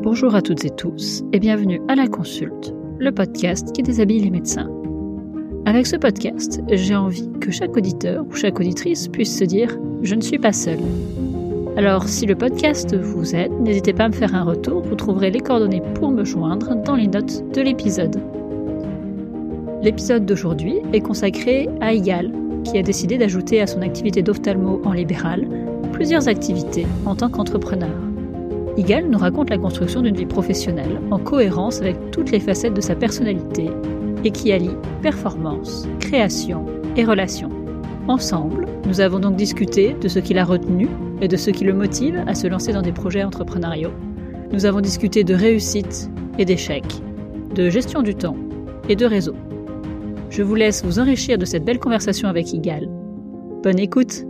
Bonjour à toutes et tous et bienvenue à La Consulte, le podcast qui déshabille les médecins. Avec ce podcast, j'ai envie que chaque auditeur ou chaque auditrice puisse se dire « Je ne suis pas seule ». Alors, si le podcast vous aide, n'hésitez pas à me faire un retour, vous trouverez les coordonnées pour me joindre dans les notes de l'épisode. L'épisode d'aujourd'hui est consacré à Igal, qui a décidé d'ajouter à son activité d'ophtalmo en libéral plusieurs activités en tant qu'entrepreneur. Igal nous raconte la construction d'une vie professionnelle en cohérence avec toutes les facettes de sa personnalité et qui allie performance, création et relations. Ensemble, nous avons donc discuté de ce qui l'a retenu et de ce qui le motive à se lancer dans des projets entrepreneuriaux. Nous avons discuté de réussite et d'échecs, de gestion du temps et de réseau. Je vous laisse vous enrichir de cette belle conversation avec Igal. Bonne écoute!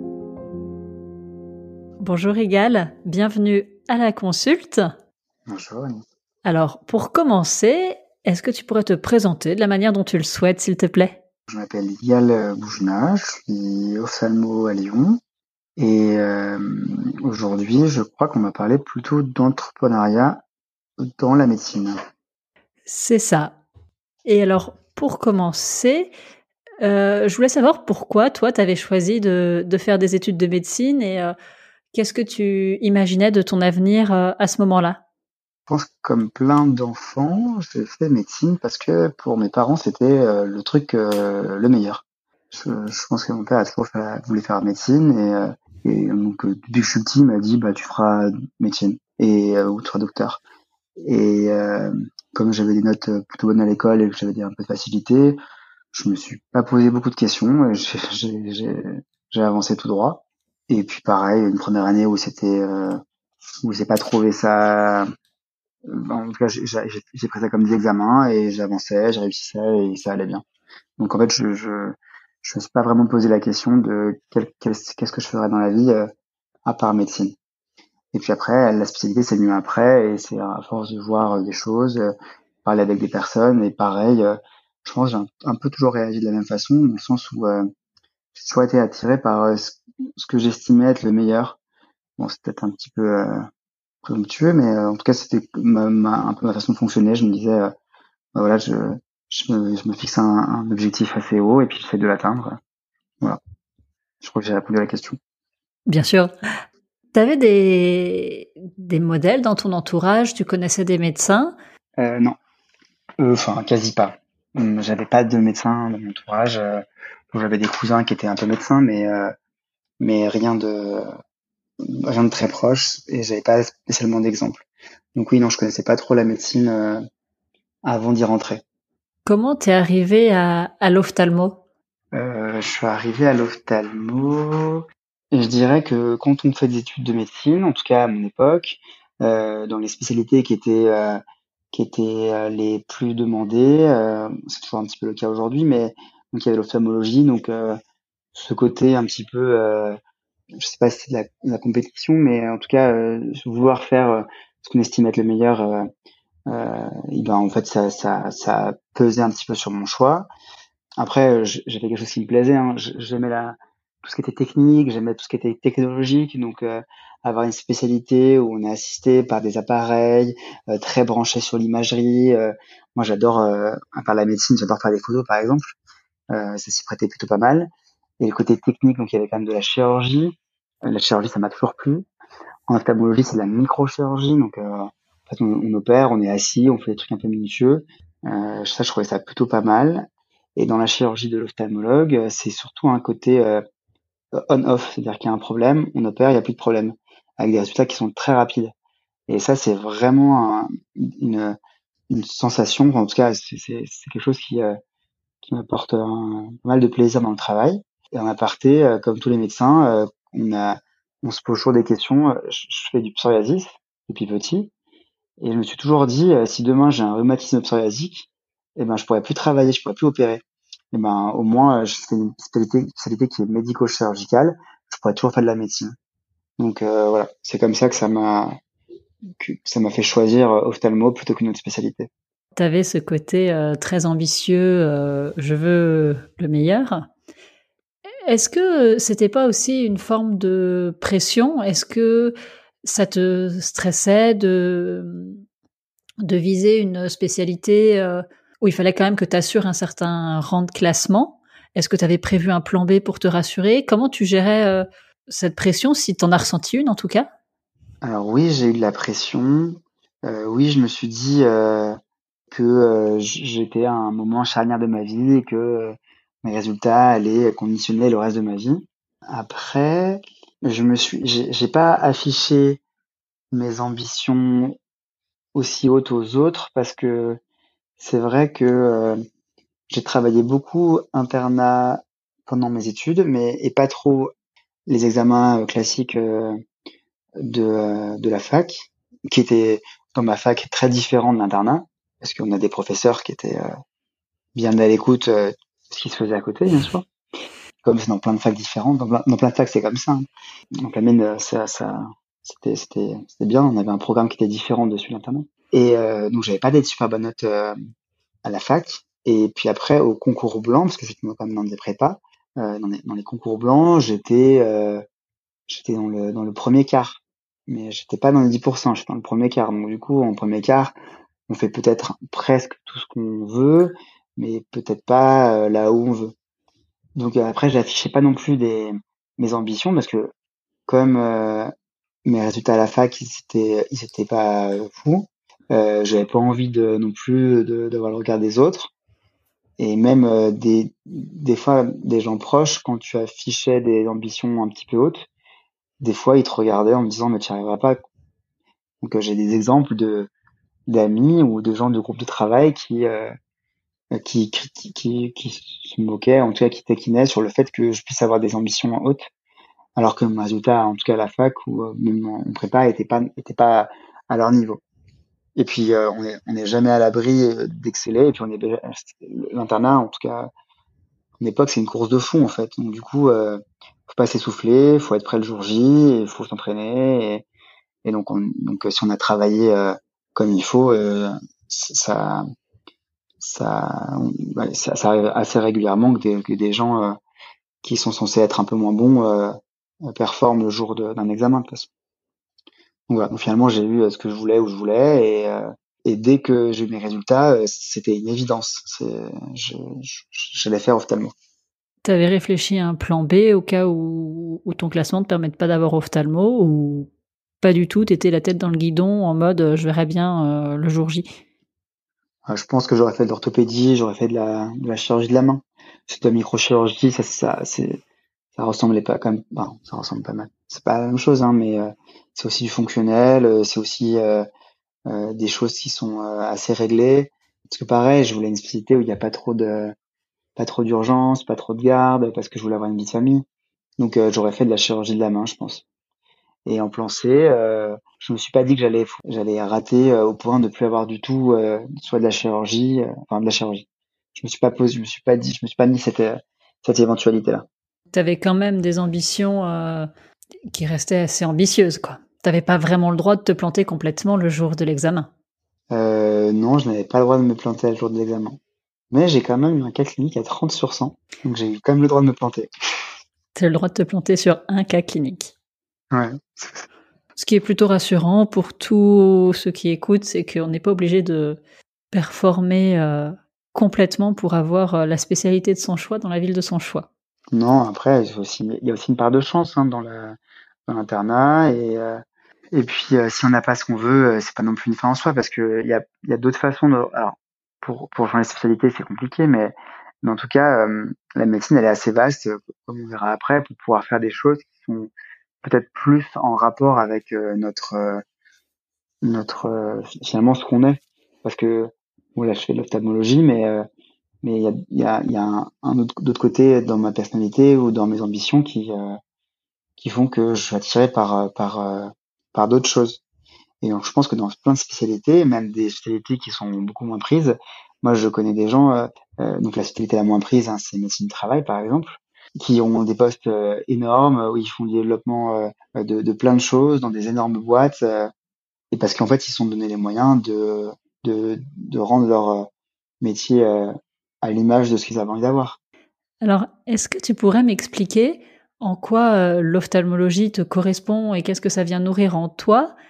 Bonjour Igal, bienvenue à La Consulte. Bonjour Annie. Alors, pour commencer, est-ce que tu pourrais te présenter de la manière dont tu le souhaites, s'il te plaît? Je m'appelle Igal Boujna, je suis ophtalmo à Lyon et aujourd'hui je crois qu'on m'a parlé plutôt d'entrepreneuriat dans la médecine. C'est ça. Et alors, pour commencer, je voulais savoir pourquoi toi tu avais choisi de faire des études de médecine et qu'est-ce que tu imaginais de ton avenir à ce moment-là? Je pense que comme plein d'enfants, j'ai fait médecine parce que pour mes parents c'était le truc le meilleur. Je pense que mon père a toujours voulu faire médecine et donc depuis que je suis petit il m'a dit bah tu feras médecine et ou tu feras docteur. Et comme j'avais des notes plutôt bonnes à l'école et que j'avais un peu de facilité, je me suis pas posé beaucoup de questions et j'ai avancé tout droit. Et puis pareil, une première année où où j'ai pas trouvé ça. En tout cas, j'ai pris ça comme des examens et j'avançais, je réussissais et ça allait bien. Donc en fait, je me suis pas vraiment posé la question de qu'est-ce que je ferais dans la vie à part médecine. Et puis après, la spécialité, c'est mieux après, et c'est à force de voir des choses, parler avec des personnes, et pareil, je pense que j'ai un peu toujours réagi de la même façon, dans le sens où j'ai toujours été attiré par ce que j'estimais être le meilleur. Bon, c'est peut-être un petit peu présomptueux, mais en tout cas, c'était un peu ma façon de fonctionner. Je me disais, bah voilà, je me fixe un objectif assez haut, et puis j'essaie de l'atteindre. Voilà. Je crois que j'ai répondu à la question. Bien sûr. Tu avais des modèles dans ton entourage, tu connaissais des médecins? Non. Enfin, quasi pas. J'avais pas de médecin dans mon entourage. J'avais des cousins qui étaient un peu médecins, mais rien de très proche, et j'avais pas spécialement d'exemple. Donc oui, non, je connaissais pas trop la médecine avant d'y rentrer. Comment t'es arrivé à l'ophtalmo? Je suis arrivé à l'ophtalmo, et je dirais que quand on fait des études de médecine, en tout cas à mon époque, dans les spécialités qui étaient les plus demandées, c'est toujours un petit peu le cas aujourd'hui, mais donc il y avait l'ophtalmologie, donc ce côté un petit peu, je sais pas si c'est de la compétition, mais en tout cas vouloir faire ce qu'on estime être le meilleur, et ben en fait ça pesait un petit peu sur mon choix. Après, j'avais quelque chose qui me plaisait, hein. J'aimais tout ce qui était technique, j'aimais tout ce qui était technologique, donc avoir une spécialité où on est assisté par des appareils très branchés sur l'imagerie. Moi, j'adore, à part la médecine, j'adore faire des photos, par exemple. Ça s'y prêtait plutôt pas mal. Et le côté technique, donc il y avait quand même de la chirurgie. La chirurgie, ça m'a toujours plu. En ophtalmologie, c'est de la microchirurgie, donc en fait, on opère, on est assis, on fait des trucs un peu minutieux. Ça, je trouvais ça plutôt pas mal. Et dans la chirurgie de l'ophtalmologue, c'est surtout un côté on-off, c'est-à-dire qu'il y a un problème, on opère, il n'y a plus de problème, avec des résultats qui sont très rapides. Et ça, c'est vraiment une sensation, enfin, en tout cas, c'est quelque chose qui m'apporte pas mal de plaisir dans le travail. Et en aparté, comme tous les médecins, on se pose toujours des questions. Je fais du psoriasis depuis petit, et je me suis toujours dit, si demain j'ai un rhumatisme psoriasique, eh ben je pourrais plus travailler, je pourrais plus opérer. Eh ben au moins, c'est une spécialité qui est médico-chirurgicale, je pourrais toujours faire de la médecine. Donc voilà, c'est comme ça que ça m'a fait choisir ophtalmo plutôt qu'une autre spécialité. T'avais ce côté très ambitieux, je veux le meilleur. Est-ce que c'était pas aussi une forme de pression? Est-ce que ça te stressait de viser une spécialité où il fallait quand même que tu assures un certain rang de classement. Est-ce que tu avais prévu un plan B pour te rassurer? Comment tu gérais cette pression, si tu en as ressenti une en tout cas? Alors oui, j'ai eu de la pression. Oui, je me suis dit que j'étais à un moment charnière de ma vie et que mes résultats allaient conditionner le reste de ma vie. Après, j'ai pas affiché mes ambitions aussi hautes aux autres parce que c'est vrai que j'ai travaillé beaucoup internat pendant mes études, mais et pas trop les examens classiques de la fac, qui étaient dans ma fac très différents de l'internat, parce qu'on a des professeurs qui étaient bien à l'écoute de ce qui se faisait à côté, bien sûr. Comme c'est dans plein de facs différentes, dans plein de facs c'est comme ça. Hein. Donc la mienne, c'était bien. On avait un programme qui était différent de celui de l'internat. Et donc j'avais pas des super bonnes notes à la fac. Et puis après au concours blanc, parce que j'étais quand même dans des prépas, dans les concours blancs, j'étais dans le premier quart, mais j'étais pas dans les 10%, j'étais dans le premier quart. Donc du coup, en premier quart, on fait peut-être presque tout ce qu'on veut, mais peut-être pas là où on veut. Donc après, j'affichais pas non plus mes ambitions parce que comme mes résultats à la fac, ils étaient pas fous. J'avais pas envie de non plus d'avoir le regard des autres. Et même des fois, des gens proches, quand tu affichais des ambitions un petit peu hautes, des fois, ils te regardaient en me disant, mais tu n'y arriveras pas. Donc, j'ai des exemples d'amis ou de gens de groupes de travail qui se moquaient, en tout cas, qui taquinaient sur le fait que je puisse avoir des ambitions hautes, alors que mon résultat, en tout cas à la fac ou même en prépa, était pas à leur niveau. Et puis, on est jamais à l'abri d'exceller. Et puis, l'internat, en tout cas, en époque, c'est une course de fond, en fait. Donc, du coup, faut pas s'essouffler, faut être prêt le jour J, il faut s'entraîner. Et donc si on a travaillé comme il faut, ça, ça arrive assez régulièrement que des gens qui sont censés être un peu moins bons performent le jour d'un examen de toute façon. Donc voilà, donc finalement j'ai eu ce que je voulais où je voulais et dès que j'ai eu mes résultats, c'était une évidence. J'allais faire ophtalmo. Tu avais réfléchi à un plan B au cas où ton classement ne te permette pas d'avoir ophtalmo ou pas du tout, tu étais la tête dans le guidon en mode je verrai bien le jour J? Je pense que j'aurais fait de l'orthopédie, j'aurais fait de la chirurgie de la main. C'est de la microchirurgie, ça ressemblait pas quand même, enfin, ça ressemble pas mal. C'est pas la même chose, hein, mais c'est aussi du fonctionnel, c'est aussi des choses qui sont assez réglées. Parce que pareil, je voulais une spécialité où il n'y a pas trop d'urgence, pas trop de garde, parce que je voulais avoir une vie de famille. Donc j'aurais fait de la chirurgie de la main, je pense. Et en plan C, je me suis pas dit que j'allais rater au point de plus avoir du tout soit de la chirurgie, enfin de la chirurgie. Je me suis pas mis cette éventualité-là. Tu avais quand même des ambitions qui restaient assez ambitieuses, quoi. T'avais pas vraiment le droit de te planter complètement le jour de l'examen. Non, je n'avais pas le droit de me planter à le jour de l'examen. Mais j'ai quand même eu un cas clinique à 30 sur 100, donc j'ai eu quand même le droit de me planter. Tu as le droit de te planter sur un cas clinique. Ouais. Ce qui est plutôt rassurant pour tous ceux qui écoutent, c'est qu'on n'est pas obligé de performer complètement pour avoir la spécialité de son choix dans la ville de son choix. Non, après, il y a aussi une part de chance hein, dans l'internat et puis si on n'a pas ce qu'on veut, c'est pas non plus une fin en soi parce que il y a d'autres façons de. Alors pour changer de spécialité, c'est compliqué, mais en tout cas, la médecine elle est assez vaste, comme on verra après, pour pouvoir faire des choses qui sont peut-être plus en rapport avec notre finalement ce qu'on est. Parce que bon là je fais de l'ophtalmologie, mais il y a un autre d'autre côté dans ma personnalité ou dans mes ambitions qui font que je suis attiré par d'autres choses. Et donc je pense que dans plein de spécialités, même des spécialités qui sont beaucoup moins prises, moi je connais des gens, donc la spécialité la moins prise, hein, c'est médecine du travail par exemple, qui ont des postes énormes où ils font du développement de plein de choses dans des énormes boîtes, et parce qu'en fait ils se sont donné les moyens de rendre leur métier à l'image de ce qu'ils avaient envie d'avoir. Alors, est-ce que tu pourrais m'expliquer en quoi l'ophtalmologie te correspond et qu'est-ce que ça vient nourrir en toi?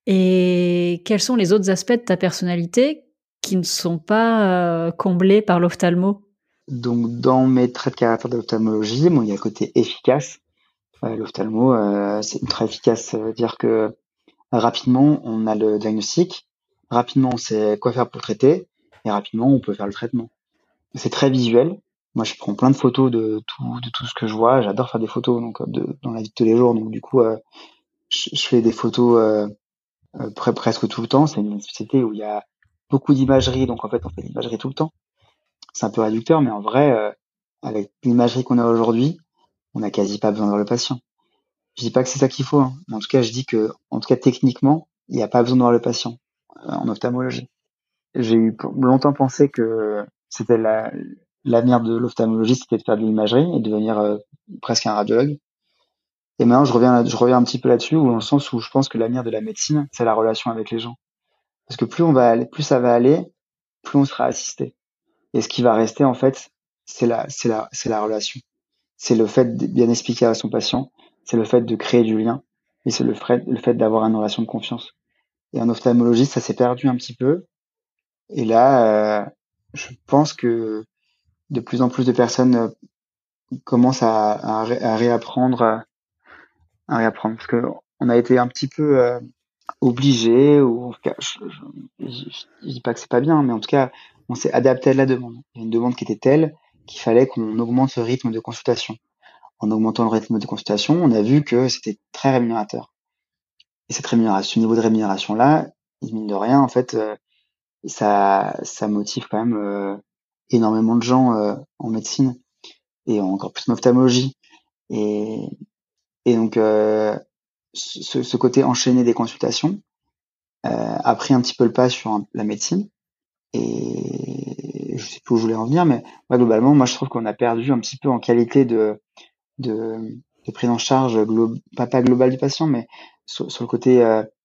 Et quels sont les autres aspects de ta personnalité qui ne sont pas comblés par l'ophtalmo? Donc, dans mes traits de caractère de l'ophtalmologie, bon, il y a le côté efficace. L'ophtalmo, c'est ultra efficace. Ça veut dire que rapidement, on a le diagnostic. Rapidement, on sait quoi faire pour le traiter. Et rapidement, on peut faire le traitement. C'est très visuel. Moi, je prends plein de photos de tout ce que je vois. J'adore faire des photos donc dans la vie de tous les jours. Donc du coup, je fais des photos presque tout le temps. C'est une société où il y a beaucoup d'imagerie, donc en fait, on fait de l'imagerie tout le temps. C'est un peu réducteur, mais en vrai, avec l'imagerie qu'on a aujourd'hui, on n'a quasi pas besoin de voir le patient. Je dis pas que c'est ça qu'il faut, hein. Mais en tout cas, je dis que, en tout cas, techniquement, il n'y a pas besoin de voir le patient en ophtalmologie. J'ai eu longtemps pensé que c'était l'avenir de l'ophtalmologie, c'était de faire de l'imagerie et de devenir presque un radiologue. Et maintenant, je reviens un petit peu là-dessus, ou dans le sens où je pense que l'avenir de la médecine, c'est la relation avec les gens. Parce que plus on va aller, plus ça va aller, plus on sera assisté. Et ce qui va rester, en fait, c'est la relation. C'est le fait de bien expliquer à son patient, c'est le fait de créer du lien, et c'est le fait d'avoir une relation de confiance. Et en ophtalmologie, ça s'est perdu un petit peu. Et là, je pense que de plus en plus de personnes commencent à réapprendre, parce que on a été un petit peu obligé, ou en tout cas, je dis pas que c'est pas bien, mais en tout cas, on s'est adapté à la demande. Il y a une demande qui était telle qu'il fallait qu'on augmente le rythme de consultation. En augmentant le rythme de consultation, on a vu que c'était très rémunérateur. Et cette rémunération, ce niveau de rémunération-là, mine de rien, en fait, ça motive quand même énormément de gens en médecine et encore plus en ophtalmologie. Et, et donc, ce côté enchaîné des consultations a pris un petit peu le pas sur la médecine. Et je sais plus où je voulais en venir, mais ouais, globalement, moi, je trouve qu'on a perdu un petit peu en qualité de, de prise en charge, pas globale du patient, mais sur le côté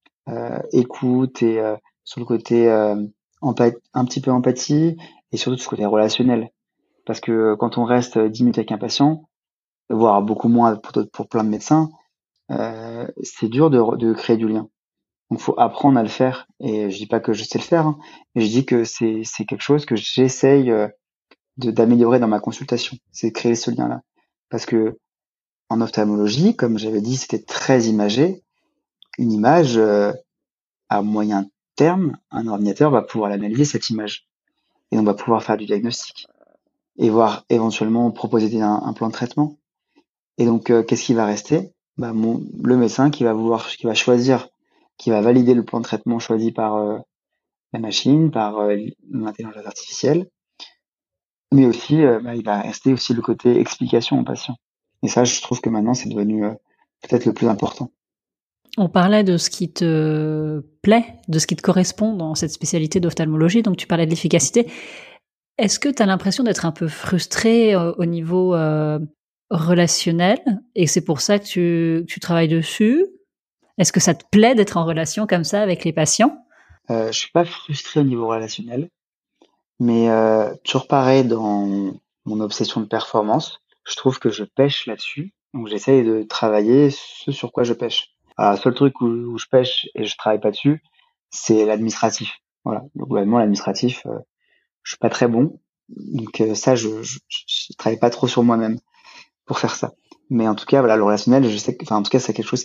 écoute et sur le côté un petit peu empathie et surtout sur le côté relationnel. Parce que quand on reste 10 minutes avec un patient, voire beaucoup moins pour plein de médecins, c'est dur de créer du lien. Donc faut apprendre à le faire. Et je dis pas que je sais le faire, hein, mais je dis que c'est quelque chose que j'essaye d'améliorer dans ma consultation. C'est créer ce lien-là. Parce que en ophtalmologie, comme j'avais dit, c'était très imagé. Une image, à moyen terme, un ordinateur va pouvoir l'analyser, cette image. Et on va pouvoir faire du diagnostic. Et voir éventuellement proposer un plan de traitement. Et donc, qu'est-ce qui va rester? Bah, le médecin qui va choisir, qui va valider le plan de traitement choisi par la machine, par l'intelligence artificielle. Mais aussi, bah, il va rester aussi le côté explication au patient. Et ça, je trouve que maintenant, c'est devenu peut-être le plus important. On parlait de ce qui te plaît, de ce qui te correspond dans cette spécialité d'ophtalmologie, donc tu parlais de l'efficacité. Est-ce que tu as l'impression d'être un peu frustré au niveau relationnel et c'est pour ça que tu travailles dessus? Est-ce que ça te plaît d'être en relation comme ça avec les patients? Je suis pas frustré au niveau relationnel, mais toujours pareil dans mon obsession de performance, je trouve que je pêche là-dessus. Donc j'essaye de travailler ce sur quoi je pêche. Alors, le seul truc où je pêche et je travaille pas dessus, c'est l'administratif. Voilà. Donc, globalement, l'administratif, je suis pas très bon. Donc ça, je travaille pas trop sur moi-même pour faire ça. Mais en tout cas, voilà, le relationnel, je sais que, enfin, en tout cas, c'est quelque chose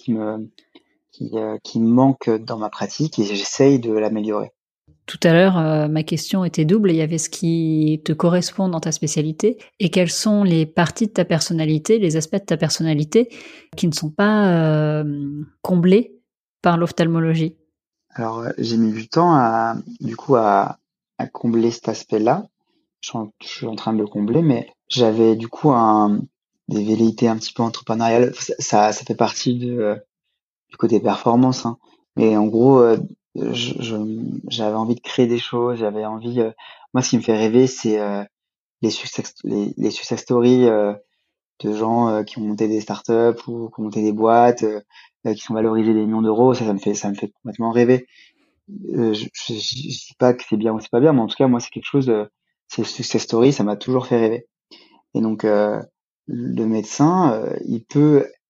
qui me manque dans ma pratique et j'essaye de l'améliorer. Tout à l'heure, ma question était double. Il y avait ce qui te correspond dans ta spécialité et quelles sont les parties de ta personnalité, les aspects de ta personnalité qui ne sont pas comblés par l'ophtalmologie. Alors, j'ai mis du temps du coup, à combler cet aspect-là. Je suis en train de le combler, mais j'avais du coup des velléités un petit peu entrepreneuriales. Ça fait partie du côté performance, hein. Mais en gros, j'avais envie de créer des choses. J'avais envie. Moi, ce qui me fait rêver, c'est les success stories de gens qui ont monté des startups ou qui ont monté des boîtes, qui sont valorisés des millions d'euros. Ça me fait complètement rêver. Je dis pas que c'est bien ou c'est pas bien, mais en tout cas, moi, c'est quelque chose, c'est le success story, ça m'a toujours fait rêver. Et donc, le médecin,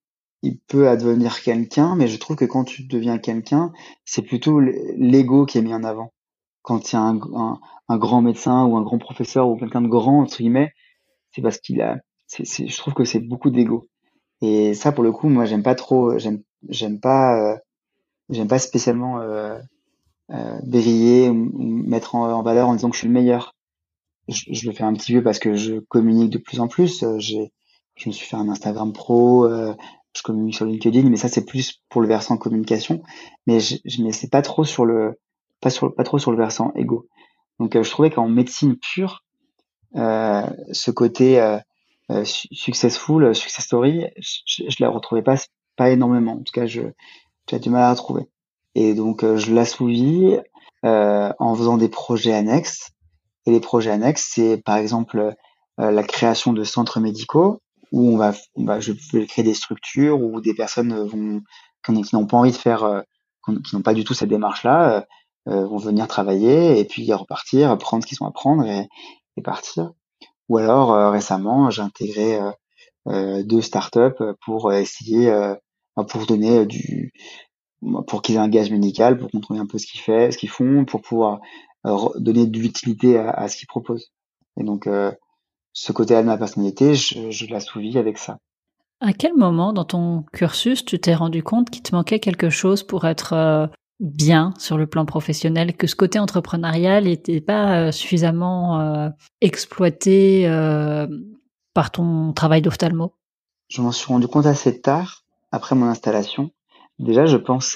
il peut advenir quelqu'un, mais je trouve que quand tu deviens quelqu'un, c'est plutôt l'ego qui est mis en avant. Quand il y a un grand médecin ou un grand professeur ou quelqu'un de grand, entre guillemets, c'est parce qu'il a, je trouve que c'est beaucoup d'ego. Et ça, pour le coup, moi, j'aime pas trop, j'aime pas, j'aime pas spécialement briller ou mettre en valeur en disant que je suis le meilleur. Je le fais un petit peu parce que je communique de plus en plus. Je me suis fait un Instagram pro, je communique sur LinkedIn, mais ça c'est plus pour le versant communication. Mais mais c'est pas trop sur pas trop sur le versant ego. Donc je trouvais qu'en médecine pure, ce côté success story, je la retrouvais pas énormément. En tout cas, j'ai du mal à la trouver. Et donc je l'assouvis en faisant des projets annexes. Et les projets annexes, c'est par exemple la création de centres médicaux où je vais créer des structures où des personnes qui n'ont pas envie de faire, qui n'ont pas du tout cette démarche-là, vont venir travailler et puis repartir, prendre ce qu'ils ont à prendre et partir. Ou alors récemment, j'ai intégré deux startups pour essayer, pour donner pour qu'ils aient un gage médical, pour contrôler un peu ce qu'ils font, pour pouvoir donner de l'utilité à ce qu'ils proposent. Et donc, ce côté-là de ma personnalité, je l'assouvis avec ça. À quel moment dans ton cursus tu t'es rendu compte qu'il te manquait quelque chose pour être bien sur le plan professionnel, que ce côté entrepreneurial n'était pas suffisamment exploité par ton travail d'ophtalmo? Je m'en suis rendu compte assez tard, après mon installation. Déjà,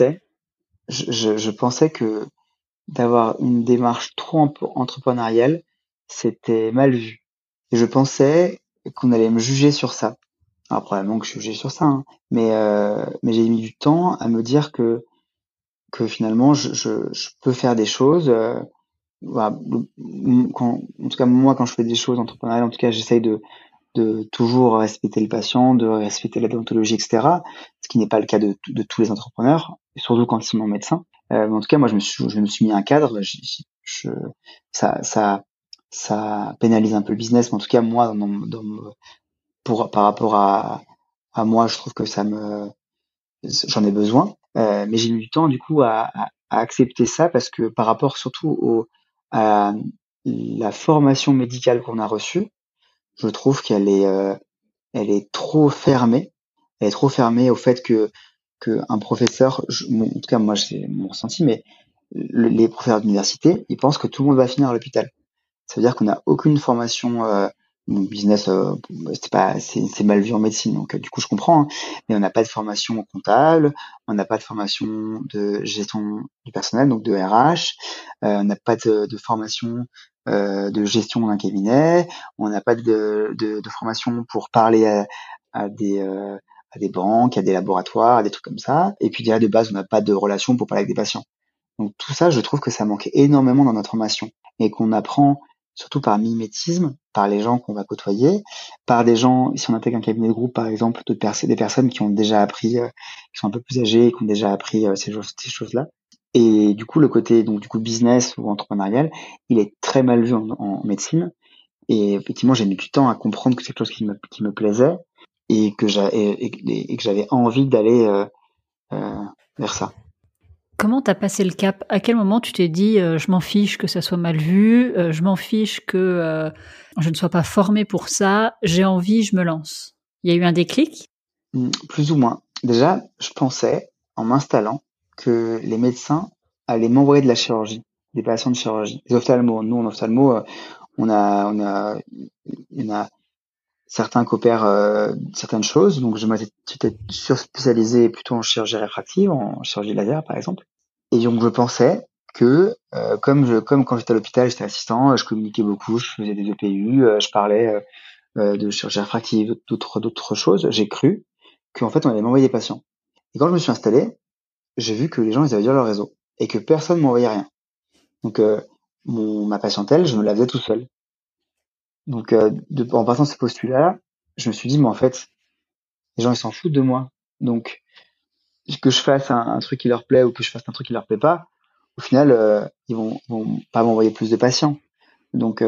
je pensais que d'avoir une démarche trop entrepreneuriale, c'était mal vu. Et je pensais qu'on allait me juger sur ça. Alors probablement que je suis jugé sur ça, hein, mais j'ai mis du temps à me dire que finalement je peux faire des choses. Voilà, en tout cas moi quand je fais des choses entrepreneuriales, en tout cas j'essaye de toujours respecter le patient, de respecter la déontologie, etc. Ce qui n'est pas le cas de tous les entrepreneurs, surtout quand ils sont non médecins. Mais en tout cas, moi, je me suis mis un cadre. Ça, ça, ça pénalise un peu le business, mais en tout cas, moi, par rapport à moi, je trouve que j'en ai besoin. Mais j'ai mis du temps, du coup, à accepter ça parce que par rapport surtout à la formation médicale qu'on a reçue, je trouve elle est trop fermée. Elle est trop fermée au fait que un professeur, en tout cas moi c'est mon ressenti, mais les professeurs d'université, ils pensent que tout le monde va finir à l'hôpital. Ça veut dire qu'on n'a aucune formation business, c'est mal vu en médecine, donc du coup je comprends, hein, mais on n'a pas de formation comptable, on n'a pas de formation de gestion du personnel, donc de RH, on n'a pas de formation de gestion d'un cabinet, on n'a pas de formation pour parler à des banques, à des laboratoires, à des trucs comme ça, et puis déjà de base on n'a pas de relation pour parler avec des patients. Donc tout ça, je trouve que ça manque énormément dans notre formation et qu'on apprend surtout par mimétisme, par les gens qu'on va côtoyer, par des gens, si on intègre un cabinet de groupe par exemple, des personnes qui ont déjà appris, qui sont un peu plus âgées et qui ont déjà appris ces choses-là. Et du coup, le côté donc du coup business ou entrepreneurial, il est très mal vu en médecine. Et effectivement, j'ai mis du temps à comprendre que c'est quelque chose qui me plaisait et et que j'avais envie d'aller euh, vers ça. Comment t'as passé le cap? À quel moment tu t'es dit je m'en fiche que ça soit mal vu, je m'en fiche que je ne sois pas formée pour ça, j'ai envie, je me lance. Il y a eu un déclic? Plus ou moins. Déjà, je pensais, en m'installant, que les médecins allaient m'envoyer de la chirurgie, des patients de chirurgie. Les ophtalmos, nous en ophtalmo, on a certains qui opèrent certaines choses. Donc je m'étais spécialisé plutôt en chirurgie réfractive, en chirurgie laser par exemple. Et donc je pensais que comme quand j'étais à l'hôpital, j'étais assistant, je communiquais beaucoup, je faisais des EPU, je parlais de chirurgie réfractive, d'autres choses. J'ai cru qu'en fait on allait m'envoyer des patients. Et quand je me suis installé, j'ai vu que les gens ils avaient déjà leur réseau et que personne m'envoyait rien. Donc ma patientèle, je me la faisais tout seul. Donc en passant ces postulats-là, je me suis dit mais en fait les gens ils s'en foutent de moi. Donc que je fasse un truc qui leur plaît ou que je fasse un truc qui leur plaît pas, au final ils vont pas m'envoyer plus de patients. Donc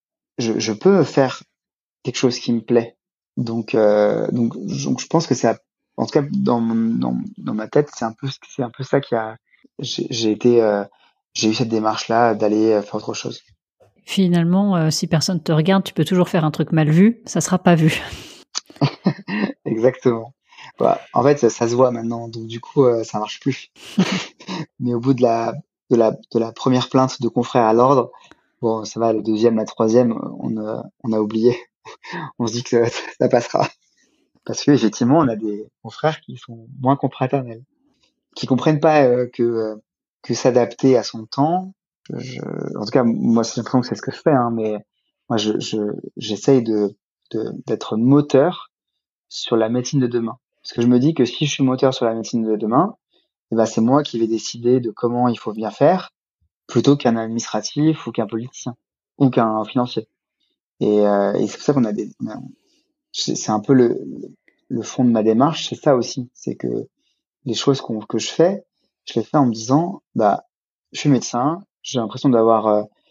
je peux faire quelque chose qui me plaît. Donc je pense que ça En tout cas, dans ma tête, c'est un peu ça qui a, j'ai été, j'ai eu cette démarche-là d'aller faire autre chose. Finalement, si personne te regarde, tu peux toujours faire un truc mal vu, ça sera pas vu. Exactement. Bah, en fait, ça se voit maintenant, donc du coup, ça marche plus. Mais au bout de la première plainte de confrères à l'ordre, bon, ça va, le deuxième, la troisième, on a oublié. On se dit que ça passera. Parce que effectivement, on a des confrères qui sont moins confraternels, qui comprennent pas que s'adapter à son temps. Je, En tout cas, moi, j'ai l'impression que c'est ce que je fais, hein, mais moi, j'essaye d'être moteur sur la médecine de demain. Parce que je me dis que si je suis moteur sur la médecine de demain, eh ben, c'est moi qui vais décider de comment il faut bien faire, plutôt qu'un administratif ou qu'un politicien ou qu'un financier. Et c'est pour ça qu'on a c'est un peu le fond de ma démarche, c'est ça aussi, c'est que les choses que je les fais en me disant, bah, je suis médecin, j'ai l'impression d'avoir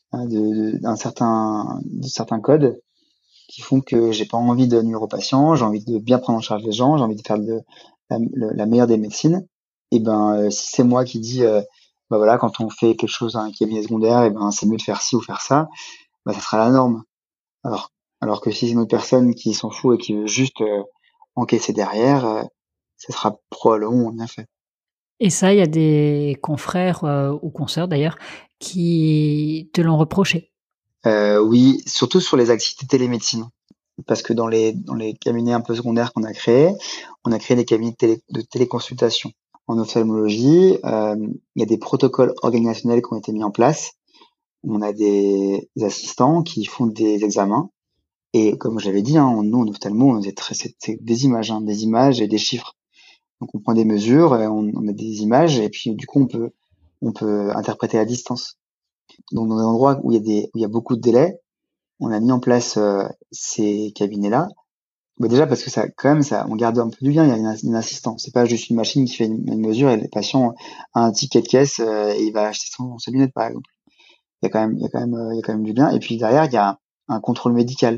de certains codes qui font que j'ai pas envie de nuire aux patients, j'ai envie de bien prendre en charge les gens, j'ai envie de faire la meilleure des médecines. Et ben, si c'est moi qui dis, bah voilà, quand on fait quelque chose à un cabinet secondaire, et ben c'est mieux de faire ci ou faire ça, bah ça sera la norme. Alors, alors que si c'est une autre personne qui s'en fout et qui veut juste encaisser derrière, ça sera probablement moins bien fait. Et ça, il y a des confrères, ou consoeurs d'ailleurs, qui te l'ont reproché? Oui, surtout sur les activités télémédecine. Parce que dans les cabinets un peu secondaires qu'on a créés, on a créé des cabinets de téléconsultation. En ophtalmologie, il y a des protocoles organisationnels qui ont été mis en place. On a des assistants qui font des examens. Et comme je l'avais dit, hein, nous, en ophtalmo, c'est des images, hein, des images et des chiffres. Donc on prend des mesures, et on a des images, et puis du coup on peut interpréter à distance. Donc dans des endroits où il y a beaucoup de délais, on a mis en place ces cabinets-là. Bah déjà parce que ça, quand même, ça, on garde un peu du lien. Il y a une assistance. C'est pas juste une machine qui fait une mesure et le patient a un ticket de caisse et il va acheter ses lunettes par exemple. Il y a quand même du lien. Et puis derrière, il y a un contrôle médical.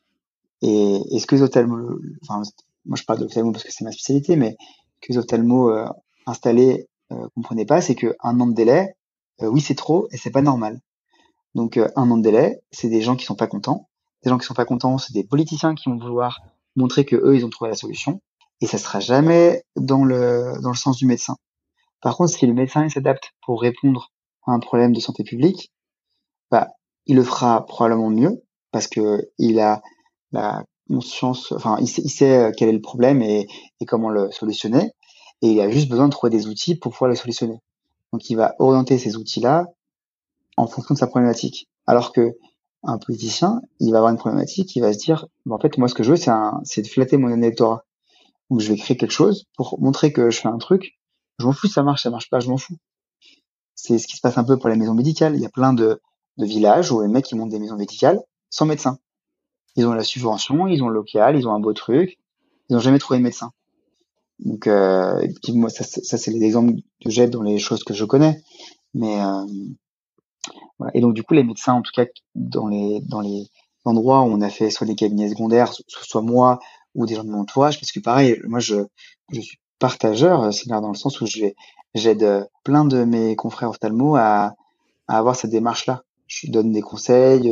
Et est-ce que les ophtalmos, enfin, moi je parle d'ophtalmo parce que c'est ma spécialité, mais que les ophtalmos installés comprenaient pas, c'est que un an de délai, oui c'est trop et c'est pas normal. Donc un an de délai, c'est des gens qui sont pas contents. Des gens qui sont pas contents, c'est des politiciens qui vont vouloir montrer que eux ils ont trouvé la solution. Et ça sera jamais dans le sens du médecin. Par contre, si le médecin il s'adapte pour répondre à un problème de santé publique, bah il le fera probablement mieux parce que il a la conscience, enfin il sait quel est le problème et comment le solutionner. Et il a juste besoin de trouver des outils pour pouvoir le solutionner. Donc il va orienter ces outils-là en fonction de sa problématique. Alors que un politicien, il va avoir une problématique, il va se dire, bah, en fait, moi, ce que je veux, c'est de flatter mon électorat. Donc, je vais créer quelque chose pour montrer que je fais un truc. Je m'en fous si ça marche pas, je m'en fous. C'est ce qui se passe un peu pour les maisons médicales. Il y a plein de villages où les mecs, ils montent des maisons médicales sans médecin. Ils ont la subvention, ils ont le local, ils ont un beau truc. Ils ont jamais trouvé de médecin. Donc, et puis moi, ça c'est les exemples que j'ai dans les choses que je connais. Mais, voilà. Et donc du coup, les médecins, en tout cas dans les endroits où on a fait soit des cabinets secondaires, soit moi ou des gens de mon entourage, parce que pareil, moi je suis partageur, c'est-à-dire dans le sens où j'aide plein de mes confrères ophtalmo à avoir cette démarche-là. Je donne des conseils,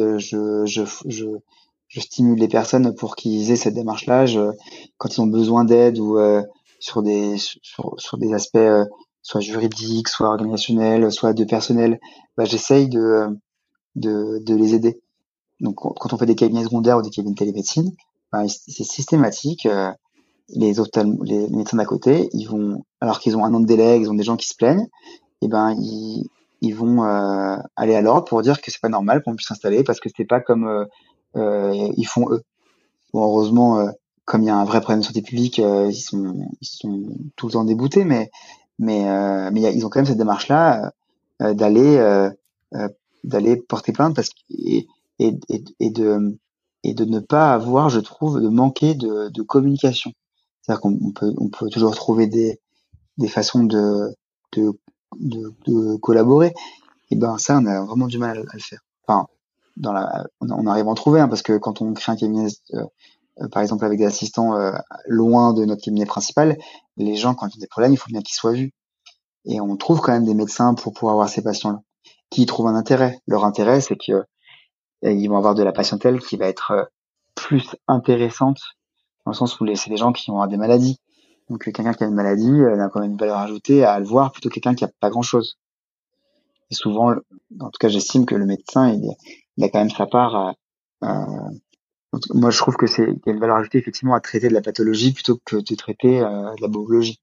je stimule les personnes pour qu'ils aient cette démarche-là. Quand ils ont besoin d'aide ou sur des aspects soit juridiques, soit organisationnels, soit de personnel, bah, j'essaye de les aider. Donc quand on fait des cabinets secondaires ou des cabinets de télémédecine, bah, c'est systématique. Les médecins d'à côté, ils vont, alors qu'ils ont un an de délai, ils ont des gens qui se plaignent, et ben ils vont aller à l'ordre pour dire que c'est pas normal qu'on puisse s'installer parce que c'est pas comme ils font eux. Bon, heureusement, comme il y a un vrai problème de santé publique, ils sont tout le temps déboutés, mais ils ont quand même cette démarche-là d'aller d'aller porter plainte parce que et, et, et de et de ne pas avoir, je trouve, de manquer de communication. C'est-à-dire on peut toujours trouver des façons de collaborer. Et ben ça, on a vraiment du mal à le faire. Enfin, on arrive à en trouver, hein, parce que quand on crée un cabinet, par exemple avec des assistants loin de notre cabinet principal, les gens, quand ils ont des problèmes, il faut bien qu'ils soient vus. Et on trouve quand même des médecins pour pouvoir voir ces patients-là, qui y trouvent un intérêt. Leur intérêt, c'est que ils vont avoir de la patientèle qui va être plus intéressante, dans le sens où c'est des gens qui vont avoir des maladies. Donc quelqu'un qui a une maladie, a quand même une valeur ajoutée à le voir plutôt que quelqu'un qui a pas grand-chose. Et souvent, en tout cas, j'estime que le médecin, il a quand même sa part moi, je trouve que il y a une valeur ajoutée effectivement à traiter de la pathologie plutôt que de traiter de la bobologie.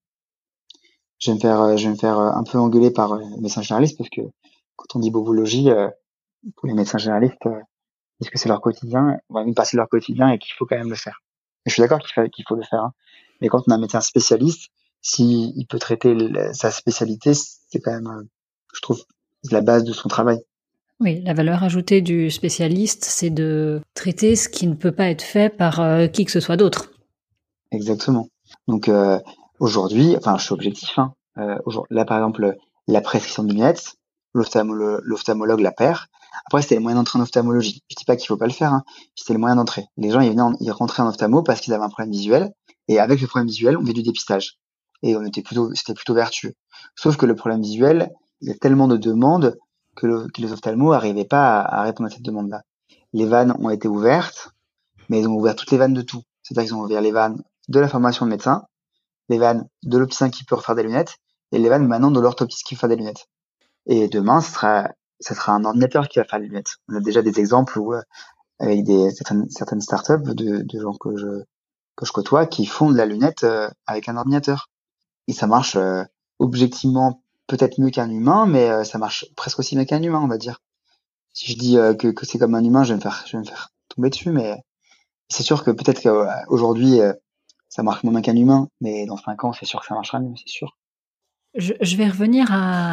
Je vais me faire un peu engueuler par les médecins généralistes parce que quand on dit bobologie, pour les médecins généralistes, est-ce que c'est leur quotidien, on va une partie de leur quotidien et qu'il faut quand même le faire. Et je suis d'accord qu'il faut le faire, hein. Mais quand on a un médecin spécialiste, s'il peut traiter sa spécialité, c'est quand même, je trouve, la base de son travail. Oui, la valeur ajoutée du spécialiste, c'est de traiter ce qui ne peut pas être fait par qui que ce soit d'autre. Exactement. Donc aujourd'hui, enfin, je suis objectif, hein. Là, par exemple, la prescription de lunettes, l'ophtalmologue la perd. Après, c'était le moyen d'entrer en ophtalmologie. Je dis pas qu'il faut pas le faire, hein. C'était le moyen d'entrer. Les gens, ils rentraient en ophtalmo parce qu'ils avaient un problème visuel. Et avec le problème visuel, on faisait du dépistage. Et c'était plutôt vertueux. Sauf que le problème visuel, il y a tellement de demandes que les ophtalmos n'arrivaient pas à répondre à cette demande-là. Les vannes ont été ouvertes, mais ils ont ouvert toutes les vannes de tout. C'est-à-dire qu'ils ont ouvert les vannes de la formation de médecin, les vannes de l'opticien qui peut refaire des lunettes, et les vannes maintenant de l'orthoptiste qui fait des lunettes. Et demain, ce sera un ordinateur qui va faire les lunettes. On a déjà des exemples où, avec certaines startups de gens que je côtoie qui font de la lunette avec un ordinateur. Et ça marche objectivement peut-être mieux qu'un humain, mais ça marche presque aussi bien qu'un humain, on va dire. Si je dis que c'est comme un humain, je vais me faire tomber dessus, mais c'est sûr que peut-être qu'aujourd'hui, ça marche moins bien qu'un humain, mais dans 5 ans, c'est sûr que ça marchera mieux, c'est sûr. Je vais revenir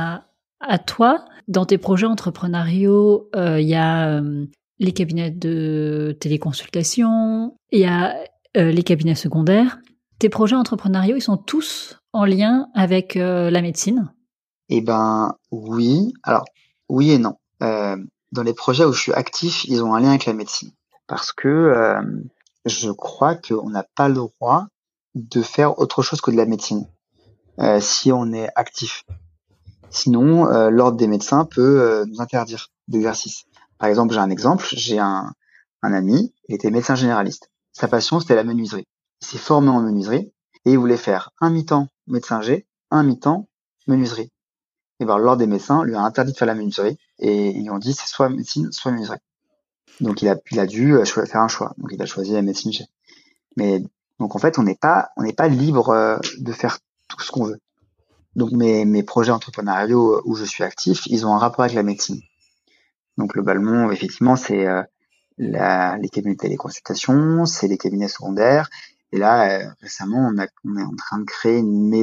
à toi. Dans tes projets entrepreneuriaux, il y a les cabinets de téléconsultation, il y a les cabinets secondaires. Tes projets entrepreneuriaux, ils sont tous en lien avec la médecine? Eh ben, oui. Alors, oui et non. Dans les projets où je suis actif, ils ont un lien avec la médecine. Parce que je crois qu'on n'a pas le droit de faire autre chose que de la médecine si on est actif. Sinon, l'ordre des médecins peut nous interdire d'exercice. Par exemple, j'ai un exemple, j'ai un ami, il était médecin généraliste. Sa passion, c'était la menuiserie. Il s'est formé en menuiserie et il voulait faire un mi-temps médecin G, un mi-temps menuiserie. Et ben, l'ordre des médecins lui a interdit de faire la menuiserie et ils lui ont dit c'est soit médecine, soit menuiserie. Donc il a dû faire un choix. Donc il a choisi la médecine G. Mais donc en fait, on n'est pas libre de faire tout ce qu'on veut. Donc mes projets entrepreneuriaux où je suis actif, ils ont un rapport avec la médecine. Donc globalement, effectivement, c'est les cabinets de téléconsultation, c'est les cabinets secondaires. Et là, récemment, on est en train de créer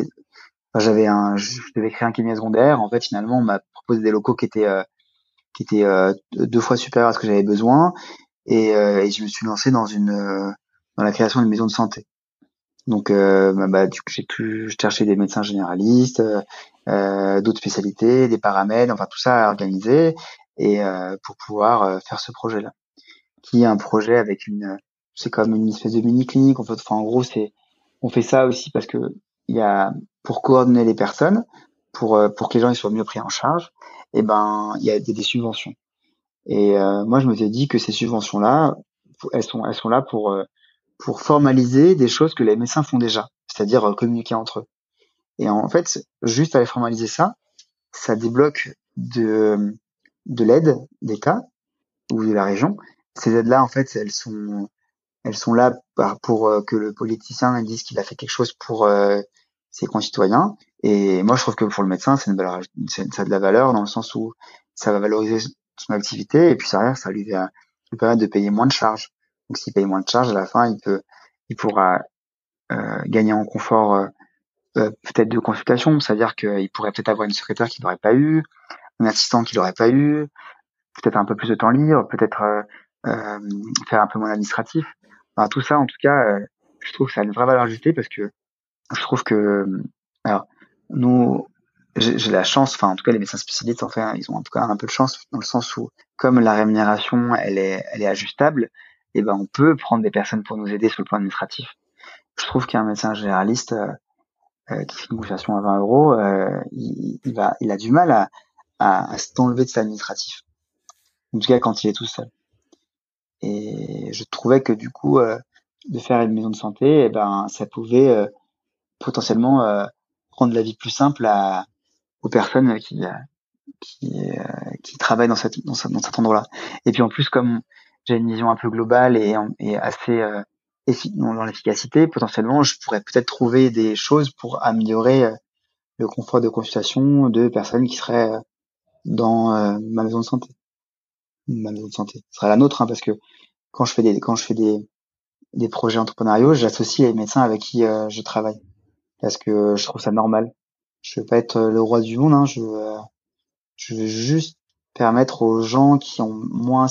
je devais créer un cabinet secondaire. En fait, finalement, on m'a proposé des locaux qui étaient 2 fois supérieurs à ce que j'avais besoin. Et je me suis lancé dans la création d'une maison de santé. Donc, du coup, j'ai pu chercher des médecins généralistes, d'autres spécialités, des paramètres, enfin tout ça à organiser et pour pouvoir faire ce projet-là, qui est un projet avec c'est comme une espèce de mini clinique. En fait, enfin en gros, on fait ça aussi parce que il y a pour coordonner les personnes, pour que les gens ils soient mieux pris en charge. Et ben, il y a des subventions. Et moi, je me suis dit que ces subventions-là, elles sont là pour formaliser des choses que les médecins font déjà, c'est-à-dire communiquer entre eux. Et en fait, juste aller formaliser ça, ça débloque de l'aide d'État ou de la région. Ces aides-là, en fait, elles sont là pour que le politicien dise qu'il a fait quelque chose pour ses concitoyens. Et moi, je trouve que pour le médecin, ça a de la valeur dans le sens où ça va valoriser son activité et puis ça lui permettre de payer moins de charges. Donc, s'il paye moins de charges, à la fin, il pourra gagner en confort peut-être de consultation, c'est-à-dire qu'il pourrait peut-être avoir une secrétaire qu'il n'aurait pas eu, un assistant qu'il n'aurait pas eu, peut-être un peu plus de temps libre, peut-être faire un peu moins administratif. Enfin, tout ça, en tout cas, je trouve que ça a une vraie valeur ajoutée parce que je trouve que, alors, nous, j'ai la chance, enfin, en tout cas, les médecins spécialistes, enfin, ils ont en tout cas un peu de chance dans le sens où, comme la rémunération, elle est ajustable, et ben, on peut prendre des personnes pour nous aider sur le plan administratif. Je trouve qu'un médecin généraliste, qui fait une consultation à 20 euros, il a du mal à s'enlever de cet administratif. En tout cas, quand il est tout seul. Et je trouvais que du coup, de faire une maison de santé, ça pouvait potentiellement rendre la vie plus simple aux personnes qui travaillent dans cet endroit-là. Et puis en plus, comme j'ai une vision un peu globale et assez dans l'efficacité, potentiellement, je pourrais peut-être trouver des choses pour améliorer le confort de consultation de personnes qui seraient dans ma maison de santé. Ma maison de santé. Ce sera la nôtre, hein, parce que quand je fais des projets entrepreneuriaux, j'associe les médecins avec qui je travaille, parce que je trouve ça normal. Je veux pas être le roi du monde, hein, je veux juste permettre aux gens qui ont moins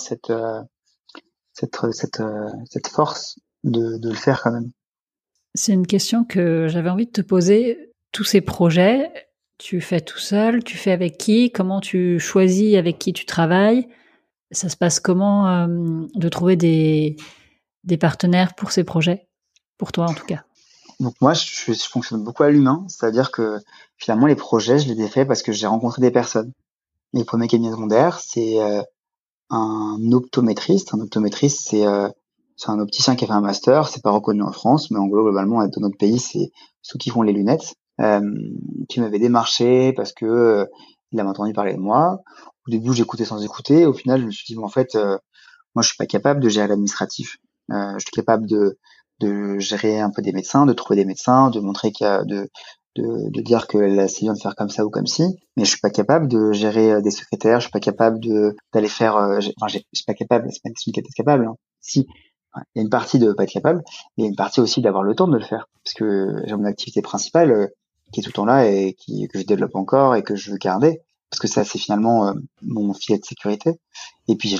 cette force de le faire quand même. C'est une question que j'avais envie de te poser. Tous ces projets, tu fais tout seul, tu fais avec qui? Comment tu choisis avec qui tu travailles? Ça se passe comment de trouver des partenaires pour ces projets? Pour toi en tout cas. Donc moi, je fonctionne beaucoup à l'humain, c'est-à-dire que finalement les projets, je les ai faits parce que j'ai rencontré des personnes. Mes premiers cabinets secondaires, c'est un optométriste. Un optométriste, c'est un opticien qui a fait un master. C'est pas reconnu en France, mais en gros, globalement, dans notre pays, c'est ceux qui font les lunettes. Qui m'avait démarché parce que il avait entendu parler de moi. Au début, j'écoutais sans écouter. Au final, je me suis dit, bon, en fait, moi, je suis pas capable de gérer l'administratif. Je suis capable de gérer un peu des médecins, de trouver des médecins, de montrer qu'il y a de dire que là, c'est bien de faire comme ça ou comme ci, mais je suis pas capable de gérer des secrétaires, je suis pas capable d'aller faire, je suis pas capable, c'est pas une question d'être capable, hein. Si, ouais, il y a une partie de pas être capable, mais il y a une partie aussi d'avoir le temps de le faire, parce que j'ai mon activité principale qui est tout le temps là et que je développe encore et que je veux garder, parce que ça c'est finalement mon filet de sécurité. Et puis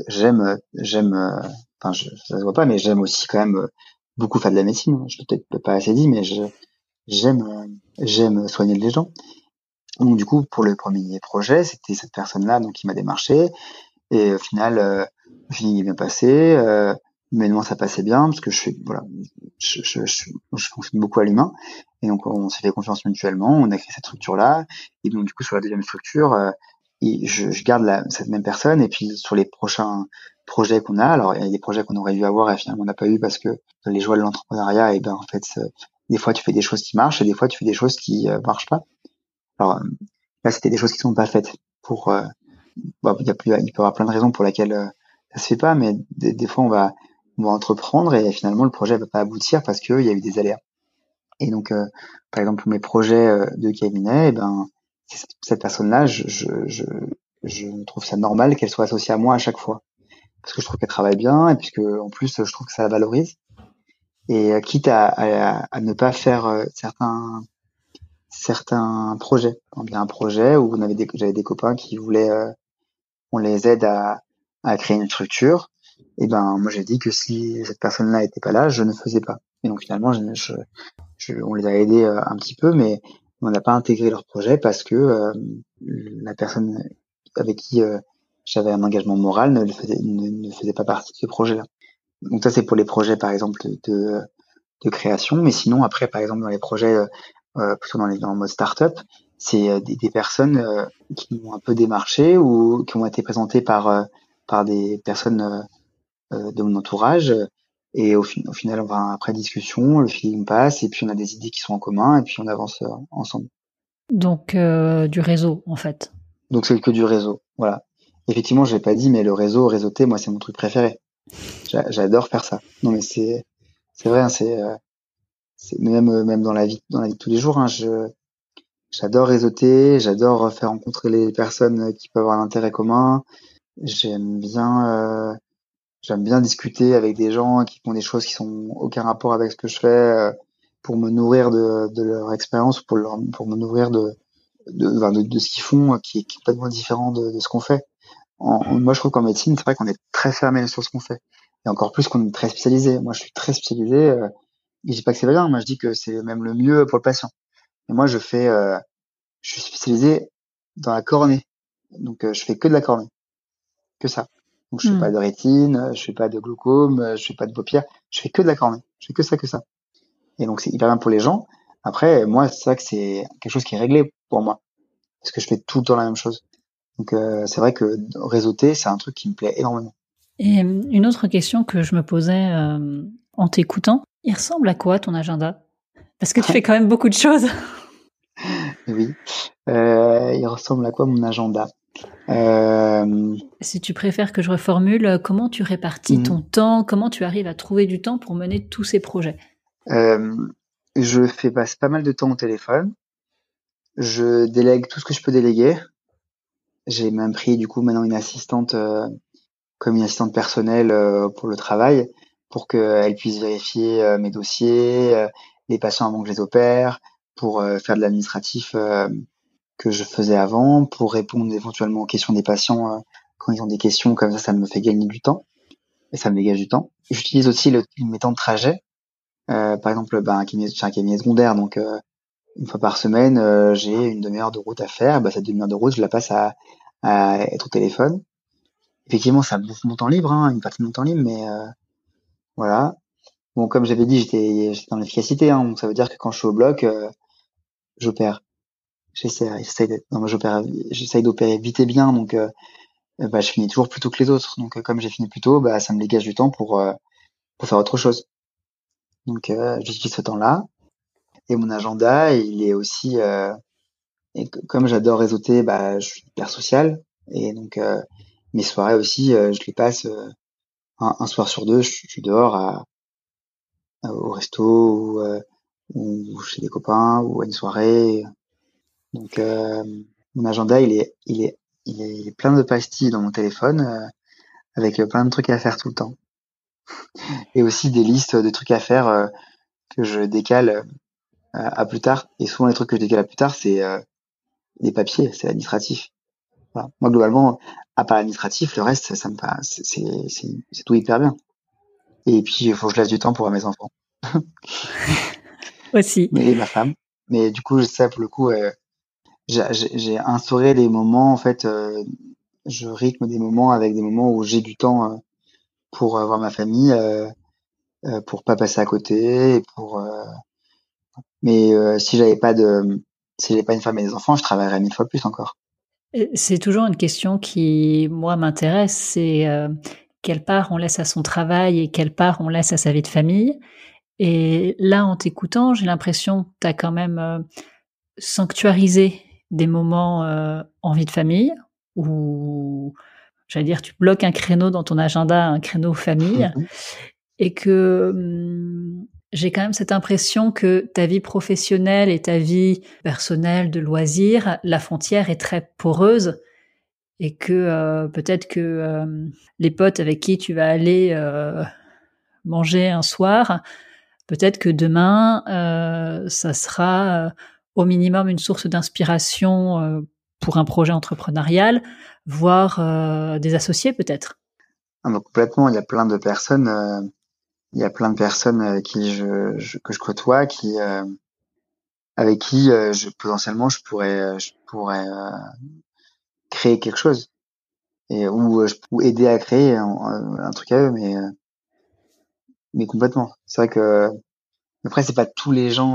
ça se voit pas, mais j'aime aussi quand même beaucoup faire de la médecine. Je l'ai peut-être pas assez dit, mais j'aime j'aime soigner les gens. Donc du coup, pour le premier projet, c'était cette personne-là donc qui m'a démarché et au final, le feeling est bien passé. Humainement, ça passait bien parce que je fonctionne beaucoup à l'humain et donc on s'est fait confiance mutuellement. On a créé cette structure-là et donc du coup sur la deuxième structure, je garde cette même personne et puis sur les prochains projets qu'on a, alors il y a des projets qu'on aurait dû avoir et finalement on n'a pas eu parce que les joies de l'entrepreneuriat, et ben en fait des fois tu fais des choses qui marchent et des fois tu fais des choses qui marchent pas. Alors là c'était des choses qui sont pas faites pour il peut y avoir plein de raisons pour lesquelles ça se fait pas, mais des fois on va entreprendre et finalement le projet va pas aboutir parce qu'il y a eu des aléas. Et donc par exemple pour mes projets de cabinet, et ben cette personne-là, je trouve ça normal qu'elle soit associée à moi à chaque fois parce que je trouve qu'elle travaille bien et puisque en plus je trouve que ça la valorise. Et quitte à ne pas faire certains projets. Par exemple, il y a un projet où j'avais des copains qui voulaient on les aide à créer une structure. Et ben moi j'ai dit que si cette personne-là était pas là, je ne faisais pas. Et donc finalement on les a aidés un petit peu, mais on n'a pas intégré leur projet parce que la personne avec qui j'avais un engagement moral ne faisait pas partie de ce projet-là. Donc ça c'est pour les projets par exemple de création, mais sinon après par exemple dans les projets plutôt dans le mode start-up, c'est des personnes qui m'ont un peu démarché ou qui ont été présentées par des personnes de mon entourage et au final on va après discussion, le feeling passe et puis on a des idées qui sont en commun et puis on avance ensemble. Donc du réseau en fait. Donc c'est que du réseau, voilà. Effectivement, je l'ai pas dit, mais le réseauter, moi c'est mon truc préféré. J'adore faire ça. Non mais c'est vrai, hein, c'est même dans la vie de tous les jours, hein, j'adore réseauter, j'adore faire rencontrer les personnes qui peuvent avoir un intérêt commun. J'aime bien j'aime bien discuter avec des gens qui font des choses qui sont aucun rapport avec ce que je fais pour me nourrir de leur expérience, pour me nourrir de ce qu'ils font qui est complètement différent de ce qu'on fait. Moi, je trouve qu'en médecine, c'est vrai qu'on est très fermé sur ce qu'on fait. Et encore plus qu'on est très spécialisé. Moi, je suis très spécialisé. Et je dis pas que c'est bien. Moi, je dis que c'est même le mieux pour le patient. Et moi, je suis spécialisé dans la cornée. Donc, je fais que de la cornée. Que ça. Donc, je fais pas de rétine, je fais pas de glaucome, je fais pas de paupières. Je fais que de la cornée. Je fais que ça, que ça. Et donc, c'est hyper bien pour les gens. Après, moi, c'est vrai que c'est quelque chose qui est réglé pour moi, parce que je fais tout le temps la même chose. Donc, c'est vrai que réseauter, c'est un truc qui me plaît énormément. Et une autre question que je me posais en t'écoutant, il ressemble à quoi ton agenda? Parce que tu fais quand même beaucoup de choses. Oui. Il ressemble à quoi mon agenda? Euh, Si tu préfères que je reformule, comment tu répartis hmm, ton temps? Comment tu arrives à trouver du temps pour mener tous ces projets? euh, je fais passer pas mal de temps au téléphone. Je délègue tout ce que je peux déléguer. J'ai même pris du coup maintenant une assistante, comme une assistante personnelle pour le travail, pour qu'elle puisse vérifier mes dossiers, les patients avant que je les opère, pour faire de l'administratif que je faisais avant, pour répondre éventuellement aux questions des patients quand ils ont des questions. Comme ça me fait gagner du temps et ça me dégage du temps. J'utilise aussi mes temps de trajet. Par exemple, j'ai un cabinet secondaire, donc une fois par semaine, j'ai une demi-heure de route à faire. Bah, cette demi-heure de route, je la passe à être au téléphone. Effectivement, ça me bouffe mon temps libre, hein, une partie de mon temps libre, mais voilà. Bon, comme j'avais dit, j'étais dans l'efficacité, hein, donc ça veut dire que quand je suis au bloc, j'opère. J'essaye d'opérer vite et bien, donc bah, je finis toujours plus tôt que les autres. Donc comme j'ai fini plus tôt, bah, ça me dégage du temps pour faire autre chose. Donc j'utilise ce temps-là. Et mon agenda, il est aussi, comme j'adore réseauter, bah, je suis hyper social. Et donc mes soirées aussi, je les passe un soir sur deux, je suis dehors au resto ou chez des copains ou à une soirée. Donc mon agenda, il est plein de pastilles dans mon téléphone avec plein de trucs à faire tout le temps. Et aussi des listes de trucs à faire que je décale à plus tard. Et souvent les trucs que je décale à plus tard, c'est des papiers, c'est administratif. Voilà. Moi globalement, à part l'administratif, le reste, ça me passe, c'est tout hyper bien. Et puis il faut que je laisse du temps pour mes enfants, Aussi. mais et ma femme. Mais du coup, ça pour le coup, j'ai instauré des moments en fait. Je rythme des moments avec des moments où j'ai du temps pour voir ma famille, pour pas passer à côté, et mais si j'avais pas une femme et des enfants, je travaillerais 1000 fois plus encore. C'est toujours une question qui, moi, m'intéresse, c'est quelle part on laisse à son travail et quelle part on laisse à sa vie de famille. Et là, en t'écoutant, j'ai l'impression que tu as quand même sanctuarisé des moments en vie de famille, où, j'allais dire, tu bloques un créneau dans ton agenda, un créneau famille, et que j'ai quand même cette impression que ta vie professionnelle et ta vie personnelle de loisirs, la frontière est très poreuse et que peut-être que les potes avec qui tu vas aller manger un soir, peut-être que demain, ça sera au minimum une source d'inspiration pour un projet entrepreneurial, voire des associés peut-être. Ah, donc complètement, il y a plein de personnes qui que je côtoie, avec qui potentiellement je pourrais créer quelque chose et ou aider à créer un truc à eux, mais complètement. C'est vrai que après c'est pas tous les gens.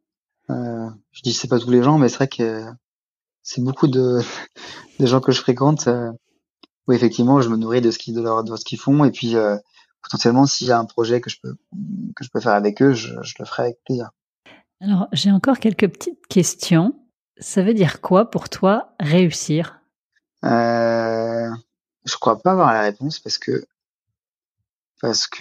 Je dis c'est pas tous les gens, mais c'est vrai que c'est beaucoup de des gens que je fréquente. Où effectivement je me nourris de ce qu'ils font et puis potentiellement s'il y a un projet que je peux faire avec eux, je le ferai avec plaisir. Alors, j'ai encore quelques petites questions. Ça veut dire quoi pour toi réussir? Euh, je crois pas avoir la réponse parce que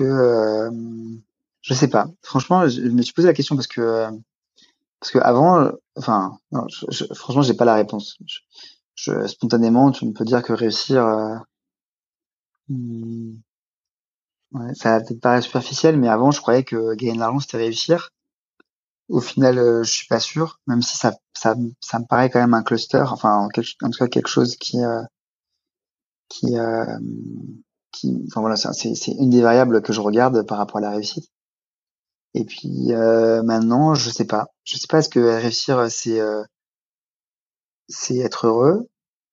je sais pas. Franchement, je me suis posé la question parce que avant, enfin, non, franchement, j'ai pas la réponse. Spontanément, tu me peux dire que réussir, hmm, ouais, ça va peut-être paraître superficiel, mais avant, je croyais que gagner de l'argent, c'était réussir. Au final, je suis pas sûr, même si ça me paraît quand même un cluster, enfin, en tout cas quelque chose qui, euh, enfin voilà, c'est une des variables que je regarde par rapport à la réussite. Et puis maintenant, je sais pas est-ce que réussir c'est être heureux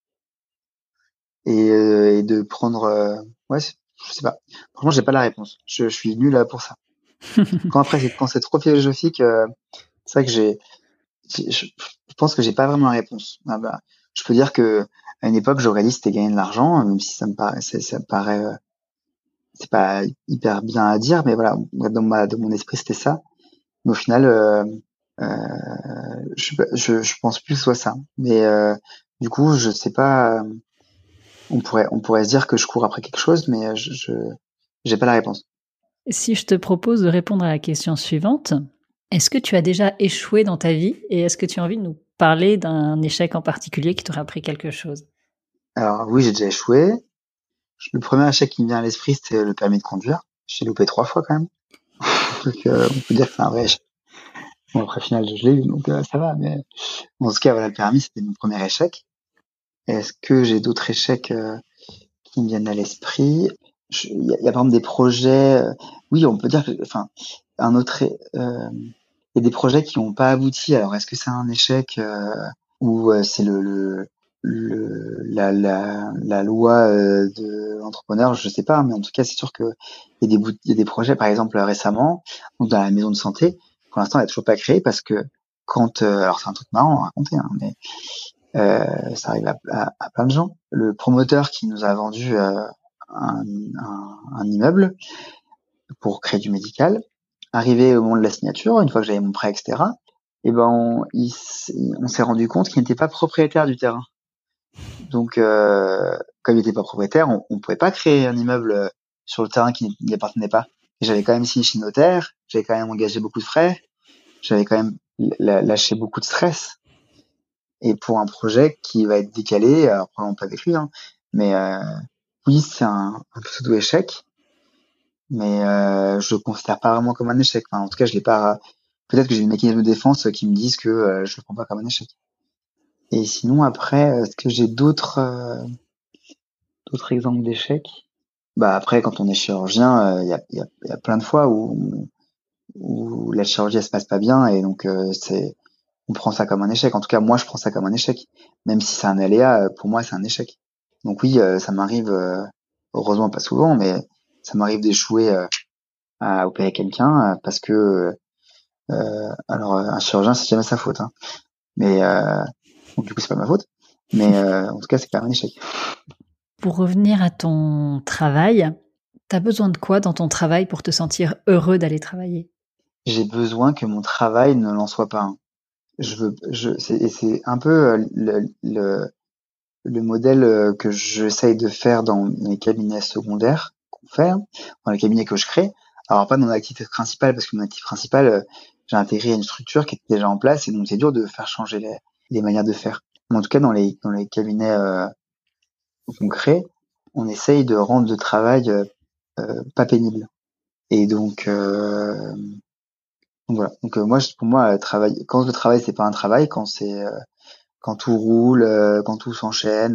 et de prendre, ouais, je sais pas. Franchement, j'ai pas la réponse. Je suis nul là pour ça. Quand c'est trop philosophique, C'est vrai que je pense que j'ai pas vraiment la réponse. Ah bah, je peux dire que à une époque, j'aurais dit c'était gagner de l'argent, même si ça me paraît, c'est pas hyper bien à dire, mais voilà, dans mon esprit, c'était ça. Mais au final, je pense plus que ce soit ça. Mais du coup, je sais pas. On pourrait se dire que je cours après quelque chose, mais j'ai pas la réponse. Si je te propose de répondre à la question suivante, est-ce que tu as déjà échoué dans ta vie et est-ce que tu as envie de nous parler d'un échec en particulier qui t'aurait appris quelque chose? Alors oui, j'ai déjà échoué. Le premier échec qui me vient à l'esprit, c'était le permis de conduire. J'ai loupé 3 fois quand même. Donc on peut dire que c'est un vrai échec. Bon, après, au final, je l'ai eu, donc ça va. Mais en tout cas, voilà, le permis, c'était mon premier échec. Est-ce que j'ai d'autres échecs qui me viennent à l'esprit? Il y a par exemple des projets. Oui, on peut dire que, enfin, un autre. Il y a des projets qui n'ont pas abouti. Alors, est-ce que c'est un échec ou c'est la loi de l'entrepreneur? Je sais pas, mais en tout cas, c'est sûr que il y a des projets, par exemple récemment, donc dans la maison de santé. Pour l'instant, elle n'est toujours pas créée parce que alors c'est un truc marrant à raconter, hein, mais ça arrive à plein de gens. Le promoteur qui nous a vendu un, un immeuble pour créer du médical, arrivé au moment de la signature, une fois que j'avais mon prêt, etc., et ben on s'est rendu compte qu'il n'était pas propriétaire du terrain. Donc, comme il n'était pas propriétaire, on pouvait pas créer un immeuble sur le terrain qui ne lui appartenait pas. Et j'avais quand même signé chez le notaire, j'avais quand même engagé beaucoup de frais, j'avais quand même lâché beaucoup de stress. Et pour un projet qui va être décalé, alors probablement pas avec lui, hein, mais oui, c'est un pseudo échec, mais je le considère pas vraiment comme un échec. Enfin, en tout cas, je l'ai pas. Peut-être que j'ai une mécanisme de défense qui me disent que je le prends pas comme un échec. Et sinon, après, est-ce que j'ai d'autres exemples d'échecs? Bah après, quand on est chirurgien, il y a plein de fois où la chirurgie elle se passe pas bien et donc on prend ça comme un échec. En tout cas, moi, je prends ça comme un échec, même si c'est un aléa. Pour moi, c'est un échec. Donc oui, ça m'arrive, heureusement pas souvent, mais ça m'arrive d'échouer à opérer quelqu'un parce que alors un chirurgien, c'est jamais sa faute, hein. Mais donc du coup, c'est pas ma faute. Mais en tout cas, c'est quand même un échec. Pour revenir à ton travail, tu as besoin de quoi dans ton travail pour te sentir heureux d'aller travailler? J'ai besoin que mon travail ne l'en soit pas un. C'est un peu le modèle que j'essaye de faire dans les cabinets secondaires qu'on fait, hein, dans les cabinets que je crée. Alors pas dans mon activité principale, parce que mon activité principale, j'ai intégré une structure qui était déjà en place, et donc c'est dur de faire changer les manières de faire. Mais en tout cas, dans les cabinets qu'on crée, on essaye de rendre le travail pas pénible. Et donc voilà. Donc moi, pour moi, quand le travail c'est pas un travail, quand tout roule, quand tout s'enchaîne,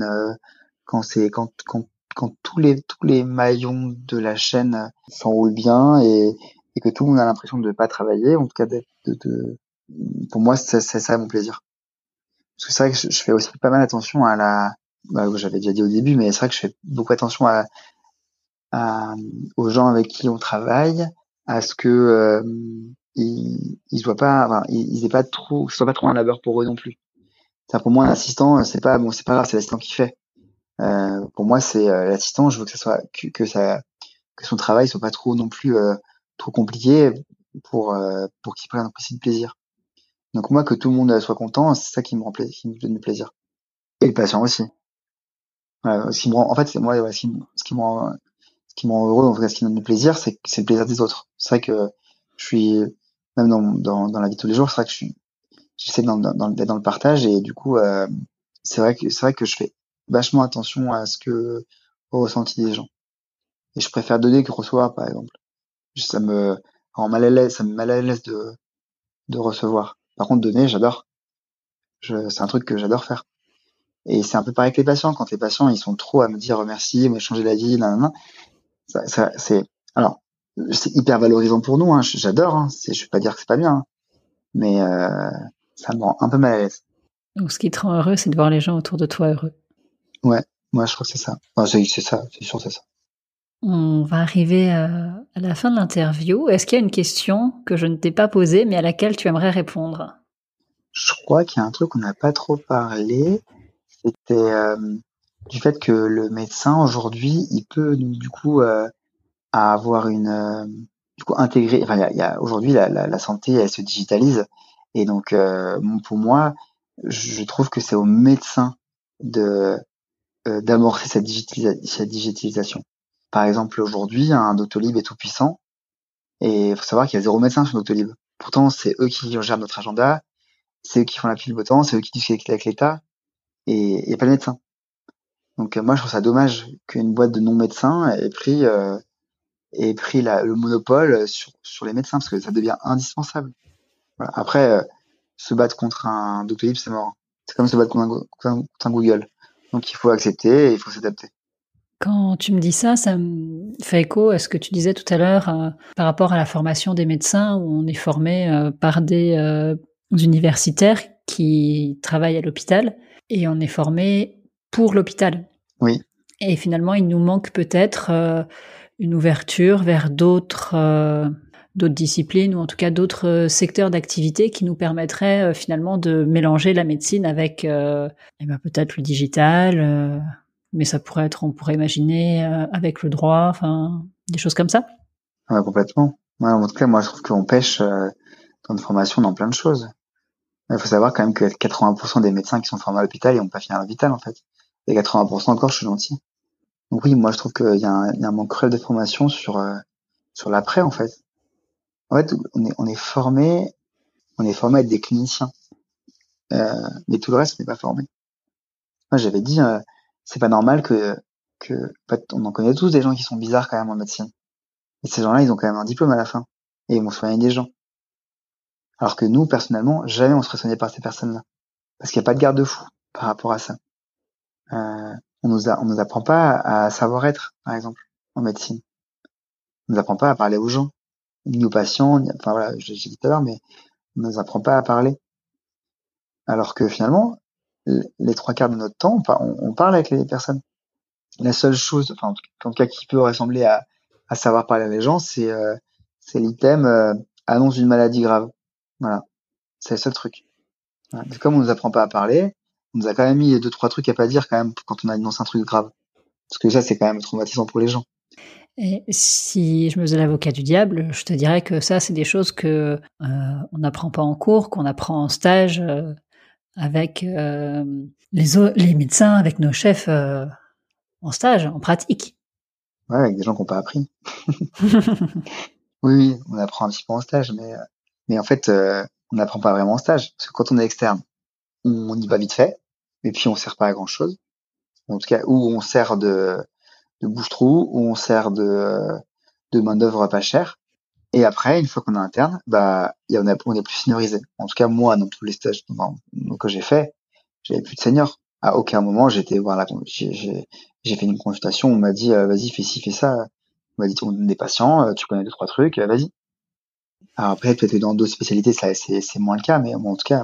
quand tous les maillons de la chaîne s'enroulent bien et que tout le monde a l'impression de ne pas travailler, en tout cas pour moi c'est ça mon plaisir. Parce que c'est vrai que je fais aussi pas mal attention à j'avais déjà dit au début, mais c'est vrai que je fais beaucoup attention à aux gens avec qui on travaille, à ce que ils soient pas, enfin, ils aient pas trop, que ce soit pas trop un labeur pour eux non plus. Ça, pour moi, un assistant, c'est pas bon, c'est pas grave, c'est l'assistant qui fait. Pour moi, c'est l'assistant. Je veux que ça soit que son travail soit pas trop non plus trop compliqué pour qu'il prenne aussi de plaisir. Donc moi, que tout le monde soit content, c'est ça qui me rend qui me donne du plaisir. Et le patient aussi. Ce qui me rend, en fait, c'est moi, ouais, ce qui me rend heureux, en tout cas, ce qui me donne du plaisir, c'est le plaisir des autres. C'est vrai que je suis même dans la vie de tous les jours, c'est vrai que j'essaie d'être dans le partage et du coup c'est vrai que je fais vachement attention à ce que au ressenti des gens et je préfère donner que recevoir par exemple. Ça me rend mal à l'aise, ça me met mal à l'aise de recevoir. Par contre donner, j'adore. C'est un truc que j'adore faire. Et c'est un peu pareil avec les patients. Quand les patients ils sont trop à me dire merci, me changer la vie, nanana, c'est alors c'est hyper valorisant pour nous, hein. J'adore, hein. Je vais pas dire que c'est pas bien, hein. Mais ça me rend un peu mal à l'aise. Donc ce qui te rend heureux, c'est de voir les gens autour de toi heureux. Ouais, moi je crois que c'est ça. Enfin, c'est ça, c'est sûr, c'est ça. On va arriver à la fin de l'interview. Est-ce qu'il y a une question que je ne t'ai pas posée, mais à laquelle tu aimerais répondre? Je crois qu'il y a un truc qu'on n'a pas trop parlé, c'était du fait que le médecin aujourd'hui, il peut du coup avoir du coup intégrer. Enfin, il y a aujourd'hui la santé, elle se digitalise, et donc pour moi, je trouve que c'est au médecin de d'amorcer cette digitalisation. Par exemple, aujourd'hui, un Doctolib est tout puissant, et il faut savoir qu'il y a 0 médecin sur Doctolib. Pourtant, c'est eux qui gèrent notre agenda, c'est eux qui font la pluie le beau temps, c'est eux qui discutent avec l'État, et il n'y a pas de médecin. Donc moi, je trouve ça dommage qu'une boîte de non-médecins ait pris le monopole sur les médecins, parce que ça devient indispensable. Voilà. Après, se battre contre un Doctolib, c'est mort. C'est comme se battre contre un Google. Donc il faut accepter et il faut s'adapter. Quand tu me dis ça, ça me fait écho à ce que tu disais tout à l'heure par rapport à la formation des médecins, où on est formé par des universitaires qui travaillent à l'hôpital et on est formé pour l'hôpital. Oui, Et finalement, il nous manque peut-être une ouverture vers d'autres disciplines ou en tout cas d'autres secteurs d'activité qui nous permettraient finalement de mélanger la médecine avec peut-être le digital, mais ça pourrait être, on pourrait imaginer avec le droit, enfin des choses comme ça. ouais, complètement. Ouais, en tout cas, moi, je trouve qu'on pêche dans une formation dans plein de choses. Il faut savoir quand même que 80% des médecins qui sont formés à l'hôpital, ils n'ont pas fini à l'hôpital, en fait. Et 80% encore, je suis gentil. Donc oui, moi, je trouve qu'il y a un manque cruel de formation sur l'après, en fait. En fait, on est formé à être des cliniciens. Mais tout le reste, on n'est pas formé. Moi, j'avais dit, c'est pas normal que, en fait, on en connaît tous des gens qui sont bizarres quand même en médecine. Et ces gens-là, ils ont quand même un diplôme à la fin. Et ils vont soigner des gens. Alors que nous, personnellement, jamais on serait soigné par ces personnes-là. Parce qu'il n'y a pas de garde-fou par rapport à ça. On nous apprend pas à savoir-être, par exemple, en médecine. On nous apprend pas à parler aux gens, ni aux patients, enfin voilà, j'ai dit tout à l'heure, mais on nous apprend pas à parler. Alors que finalement, les trois quarts de notre temps, on parle avec les personnes. La seule chose, enfin en tout cas qui peut ressembler à savoir parler à les gens, c'est l'item annonce d'une maladie grave. Voilà, c'est le seul truc. Voilà. Mais comme on nous apprend pas à parler, on nous a quand même mis deux trois trucs à pas dire quand même quand on annonce un truc grave. Parce que ça c'est quand même traumatisant pour les gens. Et si je me faisais l'avocat du diable, je te dirais que ça, c'est des choses que on n'apprend pas en cours, qu'on apprend en stage avec les médecins, avec nos chefs en stage, en pratique. Ouais, avec des gens qui n'ont pas appris. Oui, oui, on apprend un petit peu en stage, mais en fait, on n'apprend pas vraiment en stage. Parce que quand on est externe, on y va vite fait, et puis on sert pas à grand chose. En tout cas, ou on sert de bouche-trou, ou on sert de main-d'œuvre pas chère. Et après, une fois qu'on est interne, bah, on est plus seniorisé. En tout cas, moi, dans tous les stages que j'ai fait, j'avais plus de senior. À aucun moment, j'ai été voir j'ai fait une consultation, on m'a dit, vas-y, fais ci, fais ça. On m'a dit, on donne des patients, tu connais deux, trois trucs, vas-y. Alors après, peut-être que dans d'autres spécialités, ça, c'est moins le cas, mais en tout cas,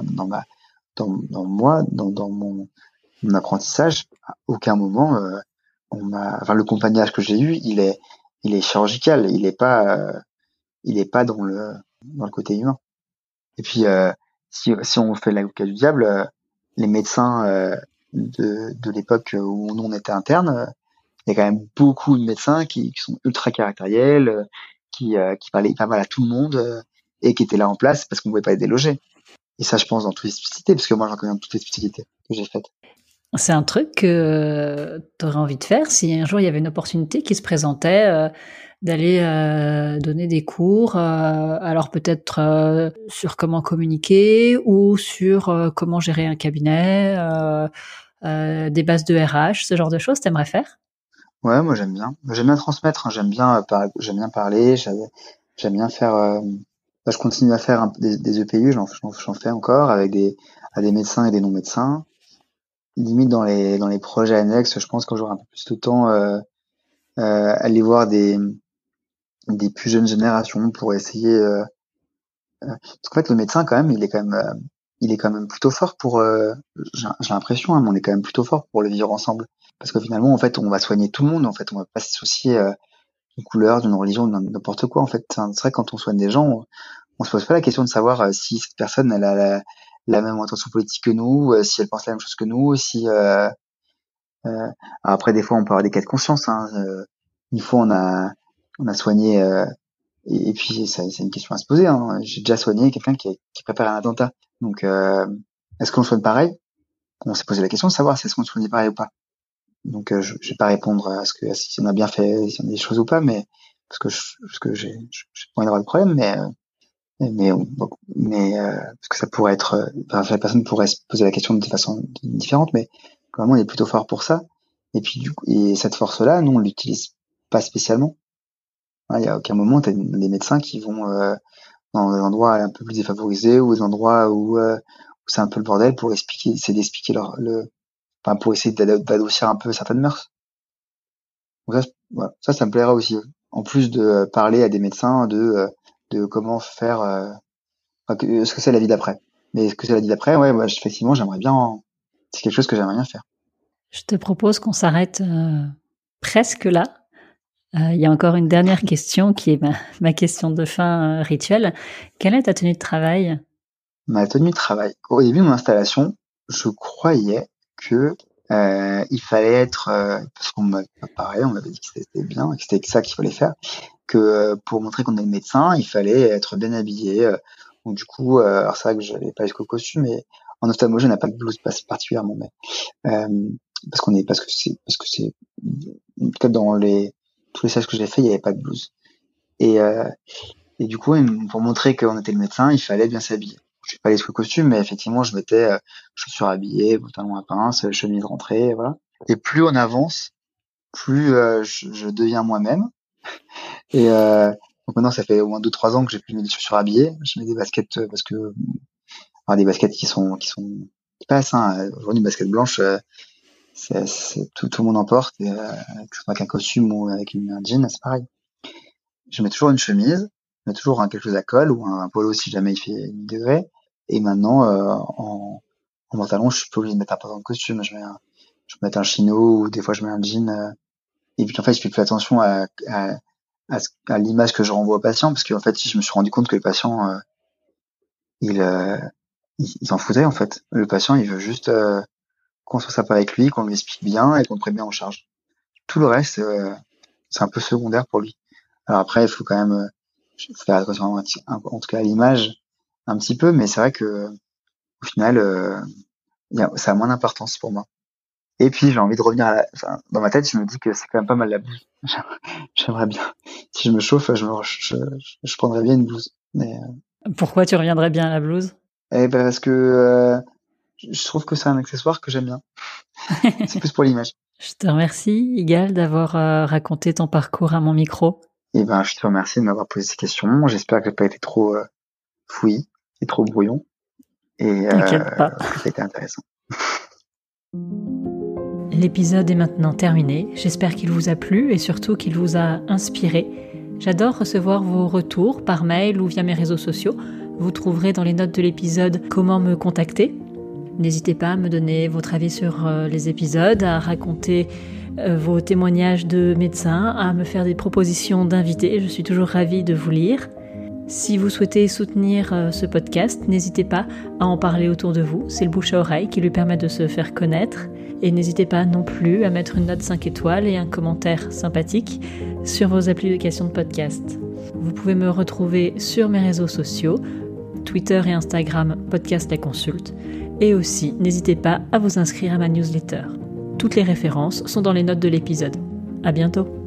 dans mon apprentissage, à aucun moment, enfin, le compagnage que j'ai eu, il est chirurgical, il est pas dans le côté humain. Et puis, si on fait l'avocat du diable, les médecins de l'époque où nous on était interne, il y a quand même beaucoup de médecins qui sont ultra caractériels, qui parlaient pas mal à tout le monde et qui étaient là en place parce qu'on pouvait pas les déloger. Et ça, je pense, dans toutes les spécialités, parce que moi, j'en connais dans toutes les spécialités que j'ai faites. C'est un truc que tu aurais envie de faire si un jour il y avait une opportunité qui se présentait d'aller donner des cours, alors peut-être sur comment communiquer ou sur comment gérer un cabinet, des bases de RH, ce genre de choses, t'aimerais faire? Ouais, moi, j'aime bien. J'aime bien transmettre, hein. J'aime bien parler, j'aime bien faire. Je continue à faire des EPU, j'en fais encore à des médecins et des non-médecins. Limite dans les projets annexes, je pense quand j'aurai un peu plus de temps, aller voir des plus jeunes générations pour essayer. Parce qu'en fait, le médecin quand même, il est quand même plutôt fort pour. J'ai l'impression, hein, mais on est quand même plutôt fort pour le vivre ensemble. Parce que finalement, en fait, on va soigner tout le monde. En fait, on va pas se soucier. d'une couleur, d'une religion, n'importe quoi en fait. C'est vrai que quand on soigne des gens, on se pose pas la question de savoir si cette personne elle a la même intention politique que nous, si elle pense la même chose que nous, si après des fois on peut avoir des cas de conscience. Hein, une fois on a soigné et puis c'est une question à se poser. Hein. J'ai déjà soigné quelqu'un qui prépare un attentat. Donc est-ce qu'on soigne pareil? On s'est posé la question de savoir si est-ce qu'on soigne pareil ou pas. Donc je vais pas répondre à ce que si on a bien fait, si on a des choses ou pas, mais parce que j'ai pas envie d'avoir de problème, mais parce que ça pourrait être, la personne pourrait se poser la question de façon différente, mais quand même on est plutôt fort pour ça. Et puis du coup, et cette force-là, nous on l'utilise pas spécialement. Il y a aucun moment t'as des médecins qui vont dans des endroits un peu plus défavorisés ou des endroits où c'est un peu le bordel pour essayer d'expliquer pour essayer d'adoucir un peu certaines mœurs. Donc ça, voilà. Ça me plaira aussi. En plus de parler à des médecins de comment faire, ce que c'est la vie d'après. Mais ce que c'est la vie d'après, ouais, effectivement, c'est quelque chose que j'aimerais bien faire. Je te propose qu'on s'arrête presque là. Il y a encore une dernière question qui est ma question de fin rituelle. Quelle est ta tenue de travail? Ma tenue de travail. Au début de mon installation, je croyais que il fallait être parce qu'on m'avait dit que c'était bien, que c'était ça qu'il fallait faire, que pour montrer qu'on est le médecin, il fallait être bien habillé. Donc du coup, alors c'est vrai que j'avais pas jusqu'au costume, mais en ophtalmologie on n'a pas de blouse particulièrement, mais parce que c'est peut-être dans tous les stages que j'ai fait, il y avait pas de blouse. Et du coup, pour montrer qu'on était le médecin, il fallait bien s'habiller. Je suis pas allé jusqu'au costume, mais effectivement, je mettais chaussures habillées, pantalon à pince, chemise rentrée, voilà. Et plus on avance, plus je deviens moi-même. Et donc maintenant, ça fait au moins 2-3 ans que j'ai plus mis des chaussures habillées. Je mets des baskets parce que des baskets qui passent. Hein. Aujourd'hui, une basket blanche, c'est tout le monde en porte. Et, que ce soit avec un costume ou avec un jean, c'est pareil. Je mets toujours une chemise, je mets toujours quelque chose à col ou un polo si jamais il fait 10 degrés. Et maintenant, en pantalon, je suis pas obligé de mettre un pantalon de costume. Je peux mettre un chino ou des fois je mets un jean. Et puis en fait, je fais plus attention à l'image que je renvoie au patient parce qu'en fait, je me suis rendu compte que le patient, il s'en foutait en fait. Le patient, il veut juste qu'on soit sympa avec lui, qu'on lui explique bien et qu'on le prenne bien en charge. Tout le reste, c'est un peu secondaire pour lui. Alors après, il faut quand même faire attention en tout cas à l'image un petit peu, mais c'est vrai que au final, ça a moins d'importance pour moi. Et puis j'ai envie de revenir dans ma tête, je me dis que c'est quand même pas mal la blouse. J'aimerais bien. Si je me chauffe, je prendrais bien une blouse. Mais pourquoi tu reviendrais bien à la blouse? Parce que je trouve que c'est un accessoire que j'aime bien. C'est plus pour l'image. Je te remercie, Igal, d'avoir raconté ton parcours à mon micro. Et je te remercie de m'avoir posé ces questions. J'espère que j'ai pas été trop fouillis et trop brouillon. Et t'inquiète pas. Que ça a été intéressant. L'épisode est maintenant terminé. J'espère qu'il vous a plu et surtout qu'il vous a inspiré. J'adore recevoir vos retours par mail ou via mes réseaux sociaux. Vous trouverez dans les notes de l'épisode comment me contacter. N'hésitez pas à me donner votre avis sur les épisodes, à raconter vos témoignages de médecins, à me faire des propositions d'invités. Je suis toujours ravie de vous lire. Si vous souhaitez soutenir ce podcast, n'hésitez pas à en parler autour de vous. C'est le bouche à oreille qui lui permet de se faire connaître. Et n'hésitez pas non plus à mettre une note 5 étoiles et un commentaire sympathique sur vos applications de podcast. Vous pouvez me retrouver sur mes réseaux sociaux, Twitter et Instagram, Podcast La Consulte. Et aussi, n'hésitez pas à vous inscrire à ma newsletter. Toutes les références sont dans les notes de l'épisode. À bientôt!